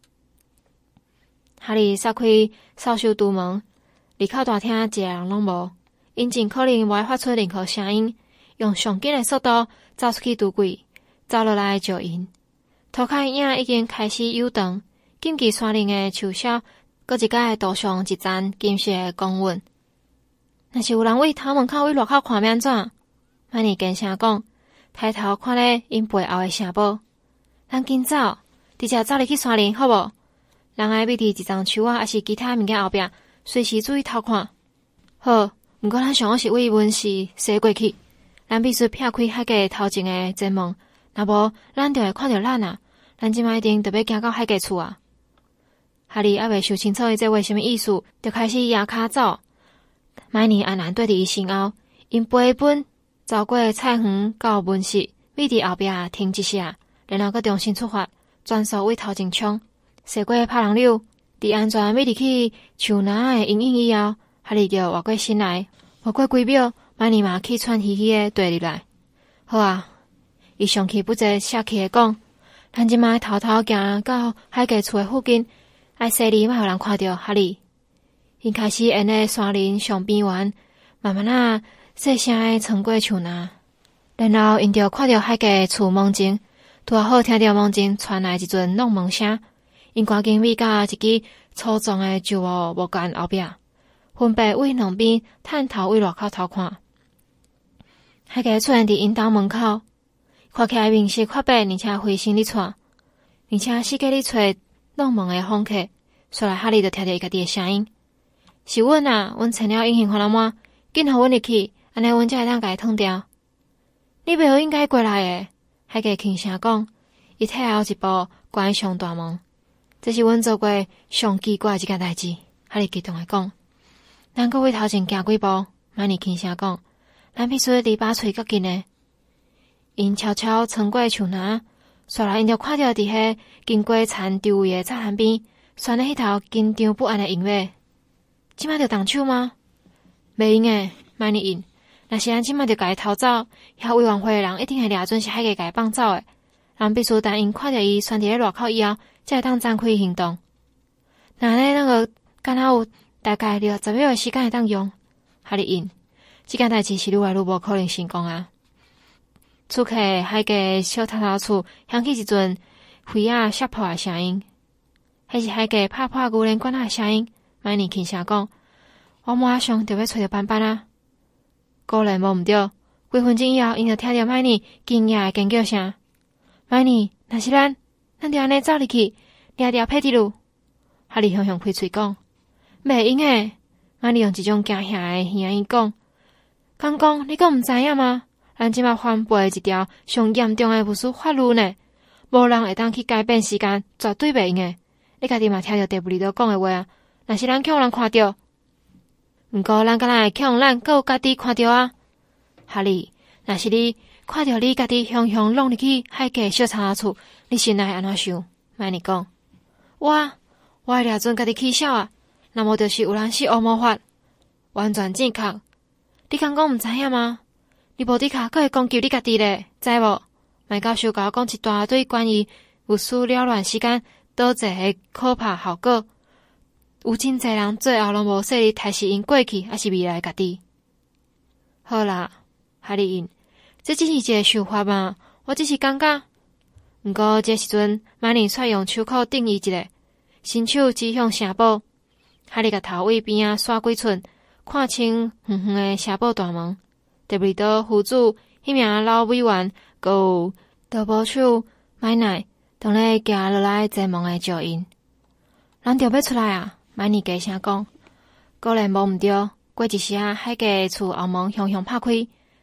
哈利撒开扫帚拄门，里口大厅一个人拢无，因尽可能无发出任何声音，用上紧的速度走出去拄柜，走落来就因。涂骹影已经开始游长，紧记山林的树梢，搁一摆渡上一站金色的公运。若是有人为头门口为路口看要安怎？曼妮坚声讲，抬头看咧因背后的城堡。咱紧走，直接走入去山林，好无？人爱秘伫一丛树啊，还是其他物件后壁，随时注意偷看。好，毋过咱上好是为温室驶过去，咱必须撇开海家头前的前门，若无咱就会看到咱啊！咱即摆一定特别行到海家厝啊！哈利还未想清楚伊这话什么意思，就开始摇骹走。麦尼安然对伫伊身后，因飞奔走过菜园到温室，秘伫后壁停一下，然后搁重新出发，转速为头前冲。驶过拍人柳，伫安全秘入去树林的阴影以后，哈利就活过心来。活过几秒，麦尼嘛气喘吁吁的对入来。好啊，伊上气不接下气的讲，咱即摆偷偷行到海家厝的附近，爱细里莫互人看到哈利。因开始沿咧山林上边缘，慢慢啊细声的穿过树林，然后因就看到海家厝门前，拄好听到门前传来一阵弄门声。因赶紧尾到一支粗壮的树木干后壁，分别为两边探头为路口偷看。海家出现伫因兜门口，看起来面色发白，而且灰心咧喘，而且四界咧找弄门的访客。说来哈利就听到伊家己的声音：“是阮啊，阮穿了隐形防狼膜，紧互阮入去，安尼阮才会当甲伊烫掉。”你袂好应该过来诶，海家轻声讲，伊退后一步，关上大门。这是阮做过上奇怪一件代志，哈利激动地讲。咱搁为头前行几步，曼妮轻声讲，咱必须离把喙较近诶。因悄悄穿过树林，煞来因就看到伫遐经过田周围诶菜篮边，拴咧迄头紧张不安诶鹰尾。即摆着动手吗？袂用诶，曼妮应。若是咱即摆着甲伊偷走，遐委员会诶人一定会抓准是海家甲伊放走诶。人必须等因看到伊拴伫咧路口以后，才会当展开行动。那个敢若有大概20秒的时间会当用，哈利应。这件代志是愈来愈无可能成功啊！厝客海家小偷偷厝响起一阵灰仔摔破的声音，迄是海家拍破牛链管的声音。麦尼轻声讲：“我马上就要找到斑斑啊！”果然无毋对，几分钟以后，因就听到麦尼惊讶的尖叫声。麦尼，若是咱就安尼走入去，掠着佩蒂鲁。哈利向向开喙讲，袂用诶。麦尼用一种惊吓的声音讲，刚讲你讲毋知影吗？咱即马翻背一条上严重的不思法律呢，无人会当去改变时间，绝对袂用诶。你家己嘛听着德布里多讲诶话啊，若是咱去互人看到，毋过咱敢若会去互咱搁有家己看到啊？哈利，若是你看到你家己向弄入去海家小仓厝，你心内安怎想？麦尼讲，我会掠准家己起笑啊！那么就是有人是乌魔法，完全正确。你敢讲毋知影吗？你无伫卡，阁会攻击你家己咧，知无？麦教授甲我讲一大堆关于有事了乱时间倒坐的可怕后果。有真侪人最后拢无说你杀是因过去还是未来家己。好啦，哈利因。这只是一个想法嘛，我只是感觉。毋过这时阵，曼妮却用手铐定伊一下，伸手指向城堡。哈利甲头位边仔刷几寸，看清远远的城堡大门。德布里多夫子迄名老委员，佮有德保手麦奈，当咧行落来前门的招因。咱着要出来啊！曼妮低声讲。果然无毋对，过一时仔，海家厝后门向拍开。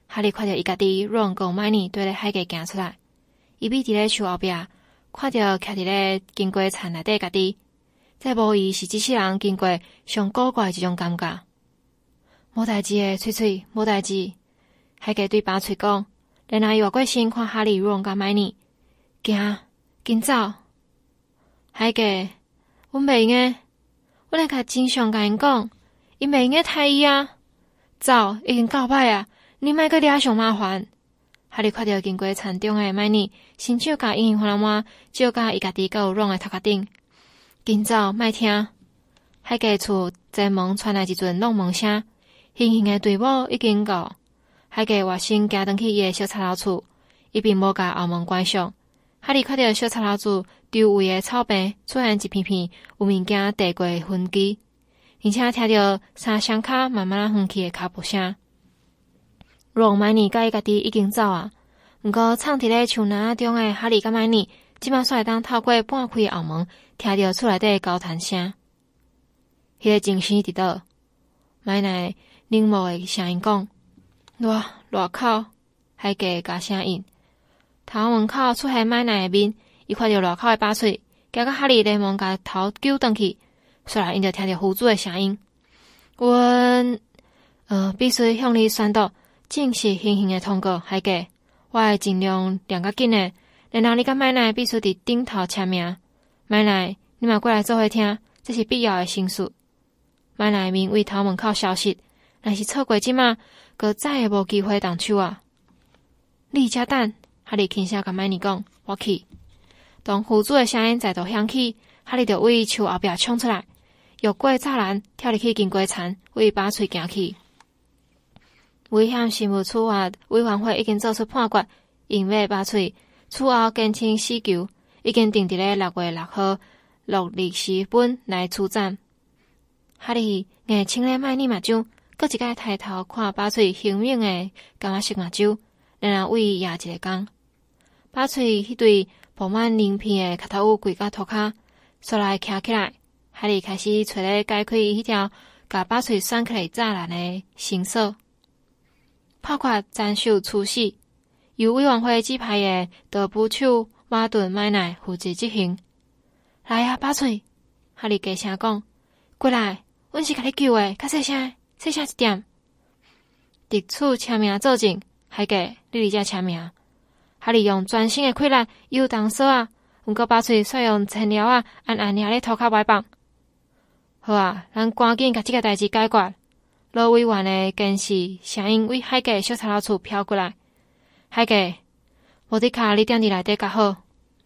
哈利看到伊家己Ron跟麦尼对咧海家行出来，伊咪伫咧树后壁，看到徛伫咧金龟田内底家己，这无疑是即世人经过上古怪一种感觉。无代志诶，翠翠，无代志。海家对巴翠讲，然后伊活过身看哈利、Ron 甲麦尼，行，紧走。海家，阮袂用诶，阮来甲真相甲因讲，伊袂用诶杀伊啊！走，已经够歹啊！你莫阁惹上麻烦。哈利看到经过田中诶麦尼，伸手甲因花篮照甲伊家己甲有Ron诶头壳顶，紧走，莫听。海家厝前门传来一阵弄门声，行刑诶队伍已经到。海家活身行转去伊诶小插头厝，伊并无甲后门关上。哈利看到小插头厝周围诶草坪出现一片片有物件地过痕迹，而且听到三双脚慢慢远去诶脚步声。Ron、麦尼甲伊家己已经走啊，毋过藏伫咧树林中诶哈利甲麦尼，即马煞会当透过半开后门，听到厝内底交谈声。迄个精神伫倒？麦尼冷漠诶声音讲：偌口，海家甲声应。头门口出现麦尼诶面，伊看到偌口诶巴喙，惊到哈利连忙甲头揪转去，煞来因着听到胡子诶声音。阮必须向你宣读正式行刑诶通告，海家，我会尽量念较紧诶，然后你甲麦尼必须伫顶头签名。麦尼，你嘛过来做伙听，这是必要诶程序。麦尼面为头门口消失，若是错过即马，佮再也无机会动手啊！你遮等，哈利轻声甲麦尼讲，我去。当胡子诶声音再度响起，哈利就为树后壁冲出来，越过栅栏，跳入去金龟田，为巴喙行去。危险生物处罚委员会已经做出判决，因为巴喙此后坚称死囚，已经定伫咧6月6号6日时分来处斩。哈利硬清咧麦尼目睭，搁一摆抬头看巴喙雄猛诶柑仔色目睭，然后为伊压一个工。巴喙迄对布满鳞片诶脚头趺跪到涂骹，煞来徛起来。哈利开始找咧解开伊迄条甲巴喙拴起来栅栏诶绳索。判决斩首处死，由委员会指派诶逮捕手马顿麦奈负责执行。来啊，巴喙！哈利低声讲：“过来，阮是甲你救诶，较细声一点。”伫厝签名作证，海家，你伫遮签名。哈利用全身诶气力游动锁啊，毋过巴喙煞用牵条啊按掠咧涂骹歪绑。好啊，咱赶紧甲即个代志解决。老委员的监视声音为海家小插头厝飘过来。海家，无伫卡你踮伫内底较好。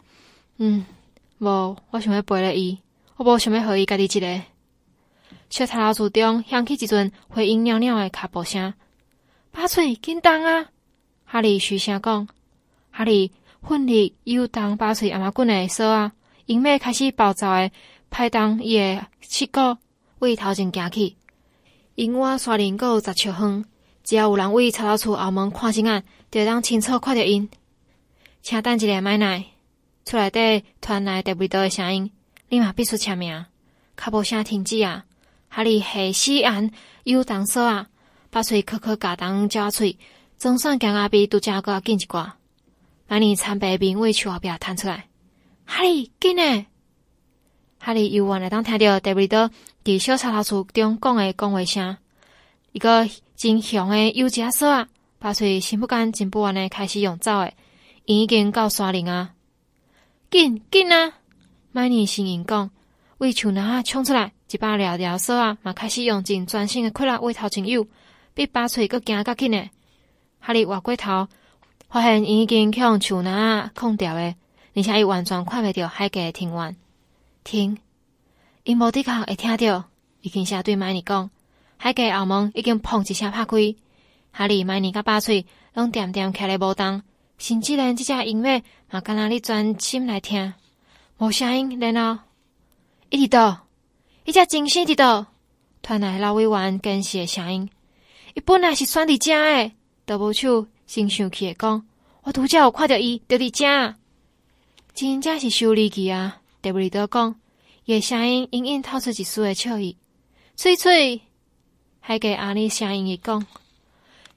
无，我想要陪咧伊，我无想要互伊家己一个。小插头厝中响起一阵回音袅袅的脚步声。巴喙，紧动啊！哈利嘘声讲。哈利奋力游动巴喙阿妈棍的锁啊，因要开始暴躁的拍动伊的膝骨，为头前行去。因我山林阁有10尺远，只要有人为插头厝后门看一眼，就会当清楚看到因。请等一下，麦奈，厝内底传来得不到的声音，你嘛必须签名。脚步声停止啊！哈利下死眼游动锁啊，把喙磕磕夹动鸟喙，总算行啊比拄则搁紧一寡。麦尼惨白面为树后壁探出来，哈利紧诶！哈利犹原会当听到戴维多伫小插头厝中讲诶讲话声，伊个真凶诶游一下锁啊，巴喙心不甘情不愿诶开始用走诶，因已经到山林啊！紧啊！麦尼声音讲，为树林冲出来，一把撩撩锁啊，嘛开始用尽全身诶气力为头前游，比巴喙搁行较紧诶。哈利滑过头，发现伊已经向树林控掉诶，而且伊完全看袂到海家诶庭院。停！因无伫靠会听到，伊轻声对麦尼讲：“海家后门已经砰一声拍开。”哈利、麦尼甲巴喙拢点点徛咧无动，甚至连即只音乐嘛敢若咧专心来听，无声音。然后，伊伫倒，伊只精神伫倒，传来老委员监视诶声音。伊本来是选伫遮诶，倒无手先生气诶讲：“我拄则有看到伊，就伫遮。”真正是收离奇啊！戴维多讲，伊诶声音隐隐透出一丝诶笑意。喙，海家阿里声音伊讲，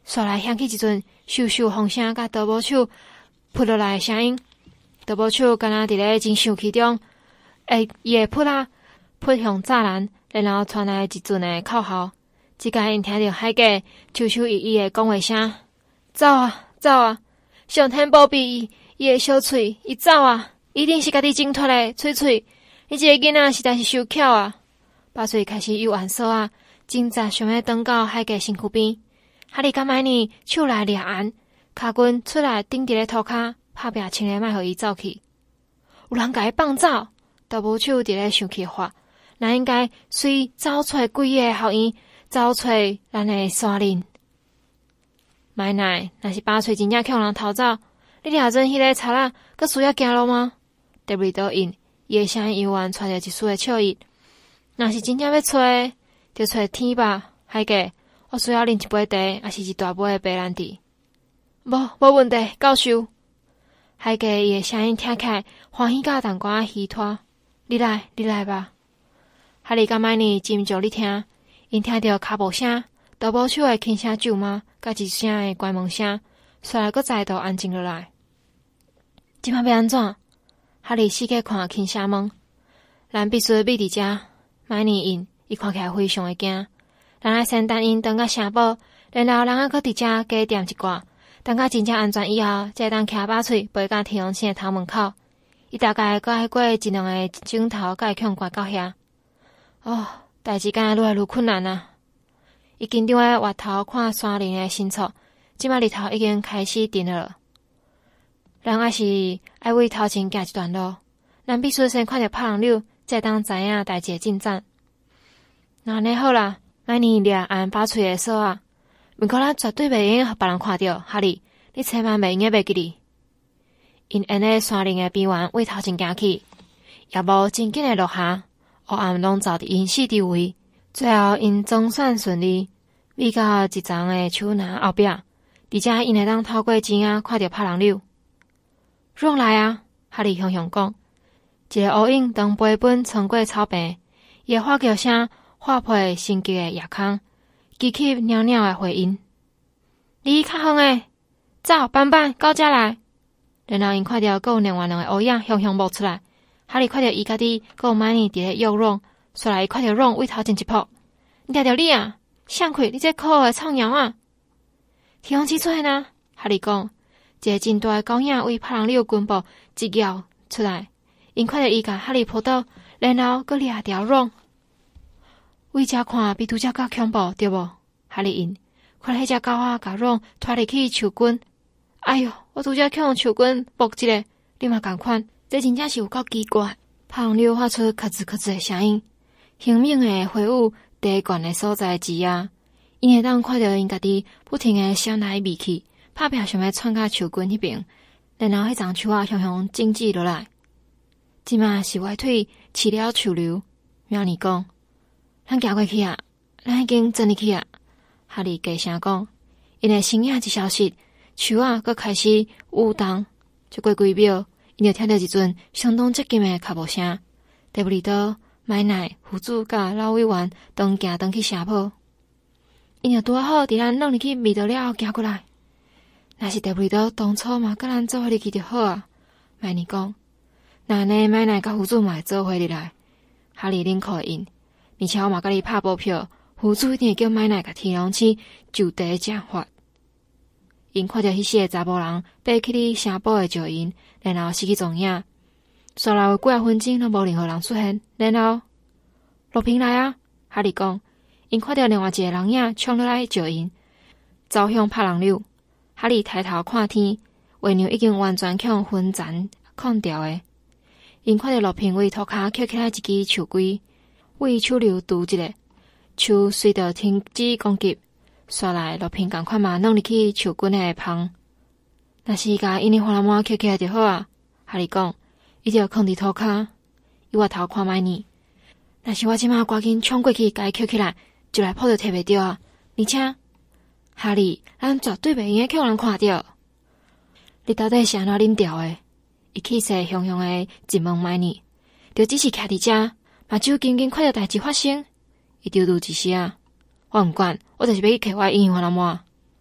唰来响起一阵咻咻风声，甲导播手扑落来的声音。导播手敢若伫咧真生气中，伊会扑向栅栏，然后传来一阵的口号。即间因听到海家悄悄依依的讲话声：“走啊，走啊！上天保庇伊的小喙，伊走啊！一定是家己挣脱的，喙喙，你这个囡仔实在是伤巧啊！”把喙开始右按手啊，挣扎想要转到海家身躯边。哈利甲麦尼手来掠按，骹棍出来顶伫咧涂骹，拍拼清咧莫互伊走去。有人甲伊放走，导播手伫咧生气话，那应该随找找几个校园，找找咱的山林。麦奈，若是把喙真正向人偷走，你掠准迄个贼仔，阁需要行路吗？德瑞多因，伊的声音悠远带着一丝的笑意。若是真正要找，就找天吧，海家。我需要啉一杯茶，还是一大杯的白兰地？无问题，教授。海家伊的声音听起来欢喜甲淡薄仔虚脱。你来吧。哈利甲麦尼斟酒咧听，因听到脚步声、导播手的轻声咒骂，甲一声的关门声，唰来阁再度安静落来。即摆要安怎？哈利四界看轻声问。咱必须秘伫遮。麦尼因，伊看起来非常的惊。咱爱先等因转到城堡，然后咱搁伫遮加踮一挂，等到真正安全以后，才当徛把喙飞到天王星的头门口。伊大概搁爱过一两个钟头，才会向关到遐。代志敢若愈来愈困难啊！伊紧张的回头看山林的深处，即摆日头已经开始沉了。咱还是爱为头前行一段路，咱必须先看到拍人柳，才当知影代志的进展。那安尼好啦。麦尼掠按把喙的手啊，不过咱绝对袂用互别人看到。哈利，你千万袂用袂记哩。因沿咧山林的边缘为头前行去，夜幕真紧的落下，黑暗笼罩伫因四周围。最后因总算顺利，避到一丛的树林后壁，伫遮因会当透过镜仔看到拍人柳。让来啊！哈利向讲，一个乌影当飞奔穿过草坪，伊的发叫声。划破心急的夜空，激起袅袅的回音。你较远诶，走，斑斑到遮来。然后因看到阁有另外两个乌影向冒出来，哈利看到伊家己阁有麦尼伫咧诱弄，唰来伊看到让为头前一扑，你听到你啊，闪开！你这可恶的臭鸟啊！天空之出现啊！哈利讲，一个真大的狗影为拍人柳根部一咬出来，因看到伊甲哈利扑倒，然后阁掠条让。为遮看比拄则较恐怖，对无？哈利因看迄只狗仔甲让拖入去树根，哎哟！我拄则向树根搏一个，你嘛共款，这真正是有够奇怪。拍人柳发出咔吱咔吱的声音，雄猛的挥舞地悬的所在枝仔，因会当看到因家己不停的闪来密去，拍拼想要窜到树根迄边，然后迄丛树仔向静止落来。即马是歪腿饲了树瘤，妙尼讲。咱行过去啊，咱已经钻入去啊。哈利低声讲，因的身影一消失，树仔阁开始舞动。就过几秒，因就听到一阵相当接近的脚步声。戴布利多、麦奈、胡子甲老委员当行转去城堡，因就拄好伫咱弄入去味道了后行过来。若是戴布利多当初嘛，甲咱做伙入去就好啊。麦尼讲，那安尼麦奈甲胡子嘛会做伙入来。哈利冷酷因。而且我嘛甲你拍保票，胡子一定会叫麦奈甲天龙星就地正法。因看到迄些查某人爬起哩城堡的石因，然后失去踪影。刷来有几啊分钟都无任何人出现，然后路平来啊！哈利讲，因看到另外一个人影冲落来石因，走向拍人柳。哈利抬头看天，月亮已经完全向昏残看掉的。因看到路平为涂骹捡起来一支树枝。为手榴拄一个，树随着停止攻击，刷来路平共款嘛弄入去树根的旁。若是甲因的花篮满捡起来就好啊。哈利讲，伊就放伫涂骹，伊回头看麦尼。若是我即马赶紧冲过去，甲伊捡起来，就来抱着摕袂着啊！而且，哈利，咱绝对袂用向人看到。你到底是安怎啉掉的？伊气势汹汹的质问麦尼，就只是徛伫遮。目睭紧紧看到代志发生，伊丢一声，我毋管，我就是要去摕我的英雄花篮满。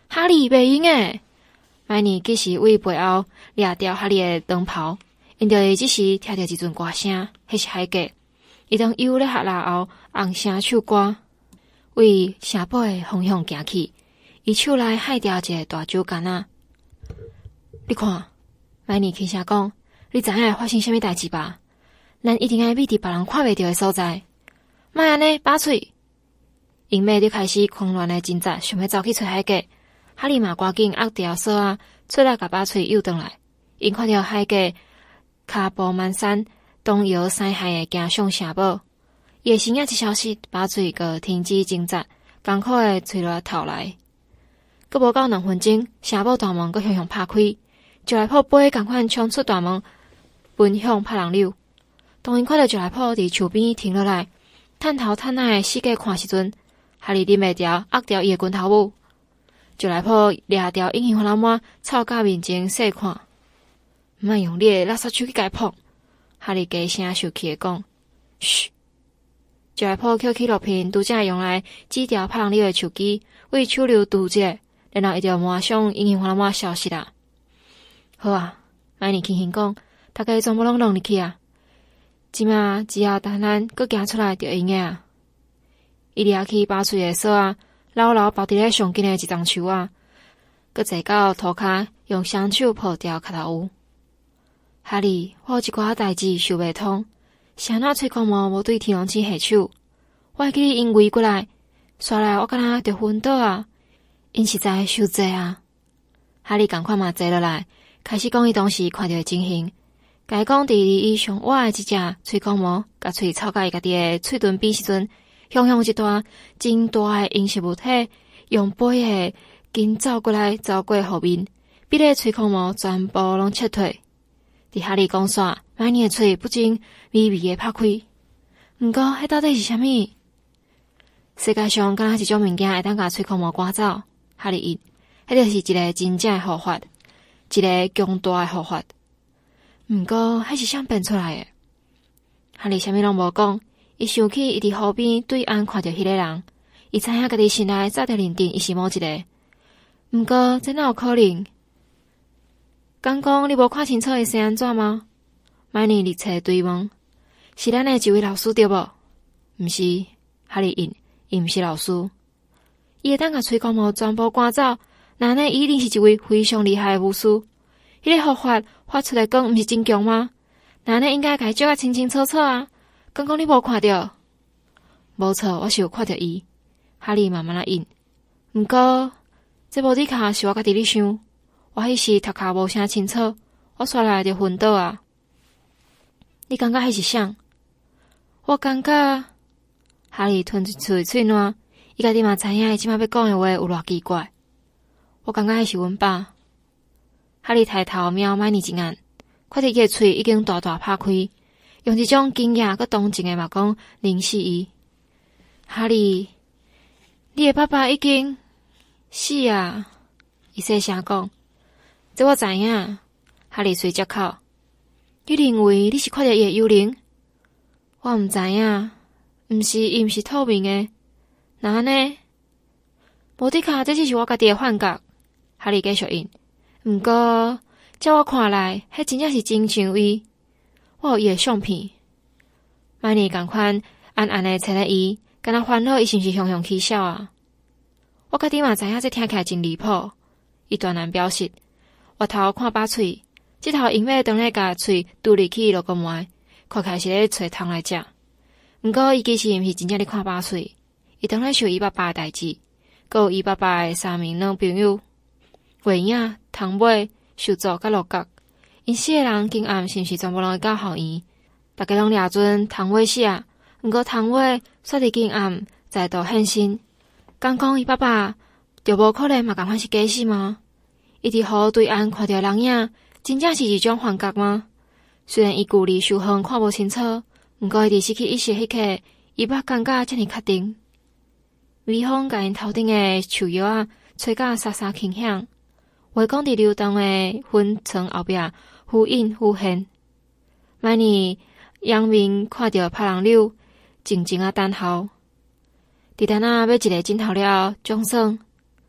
哈利袂用诶！麦尼计时为背后掠掉哈利诶长袍，因着伊只是听着一阵歌声，迄是海格。伊当又咧下拉后，昂声唱歌，为城堡诶方向行去。伊手内海钓一个大酒竿仔。你看，麦尼轻声讲：“你知影发生啥物代志吧？咱一定爱秘伫别人看袂到诶所在。莫安尼把喙！”因妹就开始狂乱诶挣扎，想要走去找海格。哈利嘛赶紧握掉锁啊，出来甲把喙诱转来。因看到海格骹步蹒跚，东摇西嗨诶行向城堡。伊诶身影一消失，把喙个停止挣扎，艰苦诶吹落头来。阁无到2分钟，城堡大门阁向拍开，就来破飞赶快冲出大门，奔向拍人溜。当因看到就来破伫树边停落来，探头探脑诶四界看时阵，哈利忍袂住握掉伊诶拳头母，就来破掠掉隐形花篮满，凑到面前细看。莫用你诶垃圾手去解碰，哈利低声生气诶讲：“嘘！”就来破捡起录片，拄则用来指掉拍人溜诶手机，为手榴拄一下。然后伊就马上隐形花篮消失啦。好啊，麦尼轻轻讲，大家全部拢入去啊！即马只要等咱搁行出来就用诶啊！伊掠去把喙诶锁啊，牢牢包伫咧上紧诶一张树啊，搁坐到涂骹，用双手抱掉脚头有。哈利，我有一寡代志想袂通，谁那吹狂魔无对天王星下手？我会记你因为过来，刷来我敢若着昏倒啊！因实在受罪啊！哈利赶快嘛坐落来，开始讲伊当时看到的情形。甲伊讲，伫伊上歪的一只喙孔毛，甲喙凑到伊家己的喙唇边时阵，向一段真大的银色物体，用飞的紧走过来，走过后面，比个喙孔毛全部拢撤退。伫哈利讲煞，麦尼的喙不禁微微的拍开。毋过，迄到底是啥物？世界上敢若一种物件会当甲喙孔毛赶走？哈利应，迄就是一个真正的护法，一个强大的护法。毋过，迄是啥变出来的？哈利啥物拢无讲，伊想起伊伫河边对岸看到迄个人，伊知影家己心内早着认定伊是某一个。毋过，这哪有可能？敢讲你无看清楚伊生安怎吗？麦尼立侧追问，是咱的一位老师对无？毋是，哈利应，伊毋是老师。伊会当甲吹光毛全部赶走，那呢伊一定是一位非常厉害的巫师。迄个护法发出的光毋是真强吗？那呢应该甲伊照啊清清楚楚啊！刚刚你无看到？无错，我是有看到伊。哈利慢慢啊应。毋过，这无底卡是我家己咧想。我迄时头壳无啥清楚，我刷来就昏倒啊。你感觉迄是啥？我感觉哈利吞一喙喙烂。伊家己嘛知影，伊即马要讲诶话有偌奇怪。我感觉迄是阮爸。哈利抬头瞄麦尼一眼，看到伊诶喙已经大大拍开，用一种惊讶佮同情诶目光凝视伊。哈利，你诶爸爸已经死啊！伊细声讲，这我知影。哈利随接口，你认为你是看到伊诶幽灵？我毋知影，伊毋是透明诶。那呢？无的卡，这只是我家己的幻觉。哈利继续应。毋过，照我看来，迄真正是真像伊。我有伊的相片。麦尼共款暗暗的找咧伊，敢若烦恼伊是毋是向起笑啊？我家己嘛知影这听起来真离谱。伊断然表示，我头看把喙，即头因为当咧甲喙拄入去落个门，看起来是咧找汤来食。毋过伊其实毋是真正咧看把喙。伊当然想伊爸爸诶代志，佮有伊爸爸诶3名男朋友，月影、汤尾、秀作佮六角。因死诶人今暗是毋是全部拢会到后院？大家拢掠准汤尾死啊，毋过汤尾煞伫今暗再度现身。敢讲伊爸爸就无可能嘛共款是假死吗？伊伫河对岸看到人影，真正是一种幻觉吗？虽然伊距离受远看无清楚，毋过伊伫失去意识迄刻，伊捌感觉遮尔确定。微风甲因头顶诶树叶啊，吹甲沙沙轻响，月光伫流动诶云层后壁忽隐忽现。麦尼仰面看着拍人柳，静静啊等候。伫等啊要一个镜头了，钟声，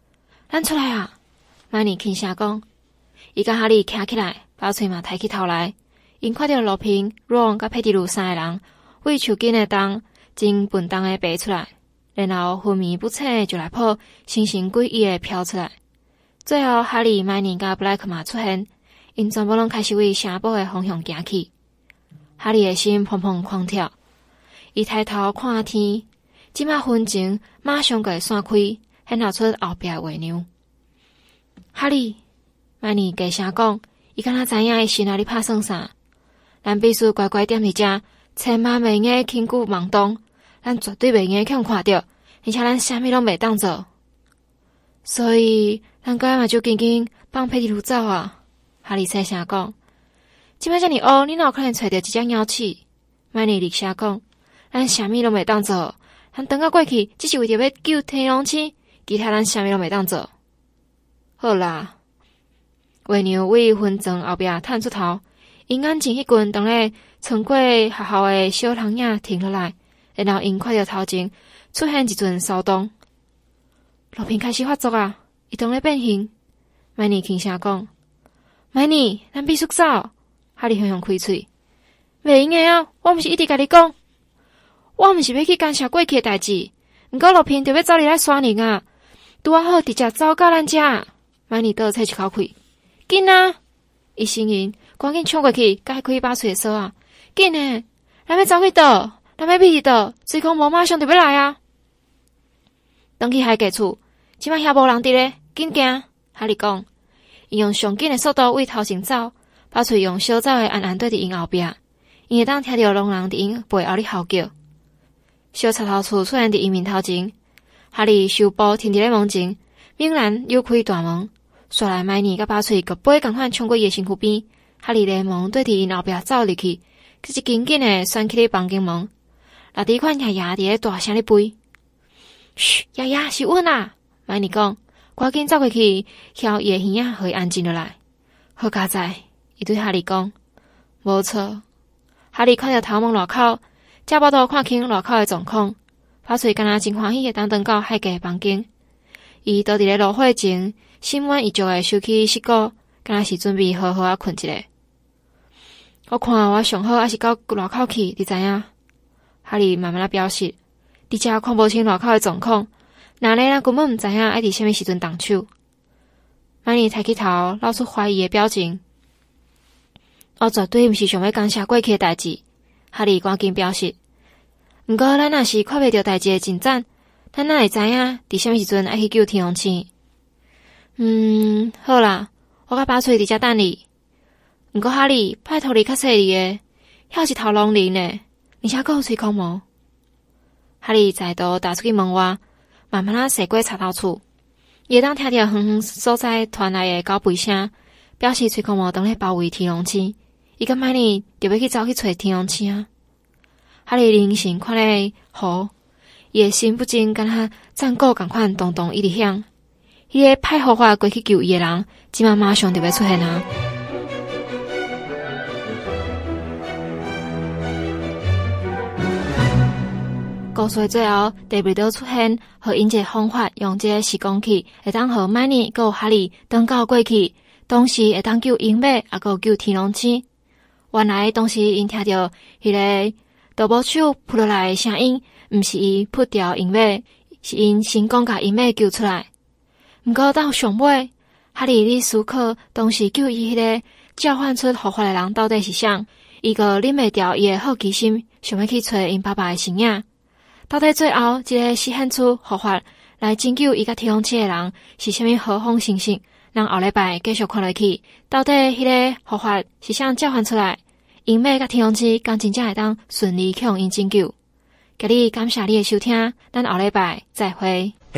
咱出来啊！麦尼轻声讲，伊甲哈利徛起来，把喙嘛抬起头来，因看到罗平、Ron 甲佩蒂鲁三个人为树根的洞真笨重的爬出来，然后昏迷不醒就来抱，神神诡异的飘出来。最后，哈利、麦尼甲布莱克嘛出现，因全部拢开始为城堡的方向行去。哈利的心砰砰狂跳，伊抬头看天，即马分前马上个闪开，显露出后壁的画娘。哈利，麦尼低声讲，伊敢若知影伊心内咧拍算啥。咱必须乖乖踮伫遮，千万袂用轻举妄动，咱绝对袂用去互看到，而且咱啥物拢袂当做。所以，咱该嘛就紧紧放佩蒂鲁走啊！哈利细声讲，即摆遮尔乌，你哪有可能找到一只鸟鼠？麦尼厉声讲，咱啥物拢袂当做，咱等到过去，只是为着要救天龙星，其他咱啥物拢袂当做。好啦，画娘为分庄后壁探出头，因眼前迄群当咧穿过学校的小人影停落来，然后因看到头前出现一阵骚动。罗平开始发作啊！伊当咧变形。麦尼轻声讲：“麦尼，咱必须走。”哈利向开喙，袂用诶啊！我毋是一直甲你讲，我毋是要去干涉过去诶代志。毋过罗平就要走入来山林啊！拄啊好直接走到咱遮。麦尼倒吹一口气，紧啊！伊声音赶紧冲过去，解开把喙锁啊！紧诶！咱要走去倒？咱要避伫倒？水空无马上就要来啊！转去海家厝，即摆遐无人伫咧，紧行！哈利讲，伊用上紧诶速度为头前走，把喙用小走诶暗暗对伫因后壁，因会当听到狼人伫因背后咧嚎叫。小插头厝出现伫因面头前，哈利收步停伫咧门前，猛然扭开大门。刷来麦尼甲把喙个飞共款冲过伊诶身躯边，哈利连忙对伫因后壁走入去，可是紧紧诶拴起咧房间门。老弟看爷爷伫咧大声咧吠，嘘，爷爷是阮啊！麦尼讲，赶紧走过去，敲伊诶耳仔，互伊安静落来。好佳哉，伊对哈利讲，无错。哈利看到头门外口，正巴肚看清外口诶状况，把喙敢若真欢喜诶当到海家诶房间。伊倒伫咧炉火前，心满意足诶收起膝骨，敢若是准备好好啊困一下。我看我上好还是到外口去，你知影？哈利慢慢啊表示，伫遮看无清外口诶状况，那呢咱根本毋知影爱伫啥物时阵动手。麦尼抬起头，露出怀疑诶表情。我绝对毋是想要干涉过去诶代志。哈利赶紧表示。毋过咱若是看袂到代志诶进展，咱哪会知影伫啥物时阵爱去救天龙星？好啦，我甲把喙伫遮等你。毋过哈利，拜托你较细腻诶，遐是头龙鳞诶，而且阁有吹空毛。哈利再度踏出去门外，慢慢啊驶过插头厝，伊会当听到远远所在传来诶狗吠声，表示吹空毛当咧包围天龙星。伊甲麦尼就要去走去找天龙星啊！哈利凝神看咧雨，伊诶心不禁敢若战鼓共款咚咚一直响。迄个派护法过去救伊诶人，即马上就要出现啊！故事最后，戴维多出现，和因一个方法，用这个时光器，会当和麦尼佮哈利登到过去，同时会当救鹰马，也佮救天龙星。原来当时因听到迄个导播手扑落来的声音，毋是伊扑掉鹰马，是因成功甲鹰马救出来。毋过到上尾，哈利咧思考当时救伊迄个召唤出护法的人到底是啥？伊个忍袂掉伊的好奇心，想要去找因爸爸的身影。到底最后一个实现出护法来拯救伊甲天龙星的人是啥物何方神圣？咱后礼拜继续看落去，到底迄个护法是啥召唤出来？鹰马甲天龙星敢真正会当顺利去互因拯救？今日感谢你的收听，咱后礼拜再会。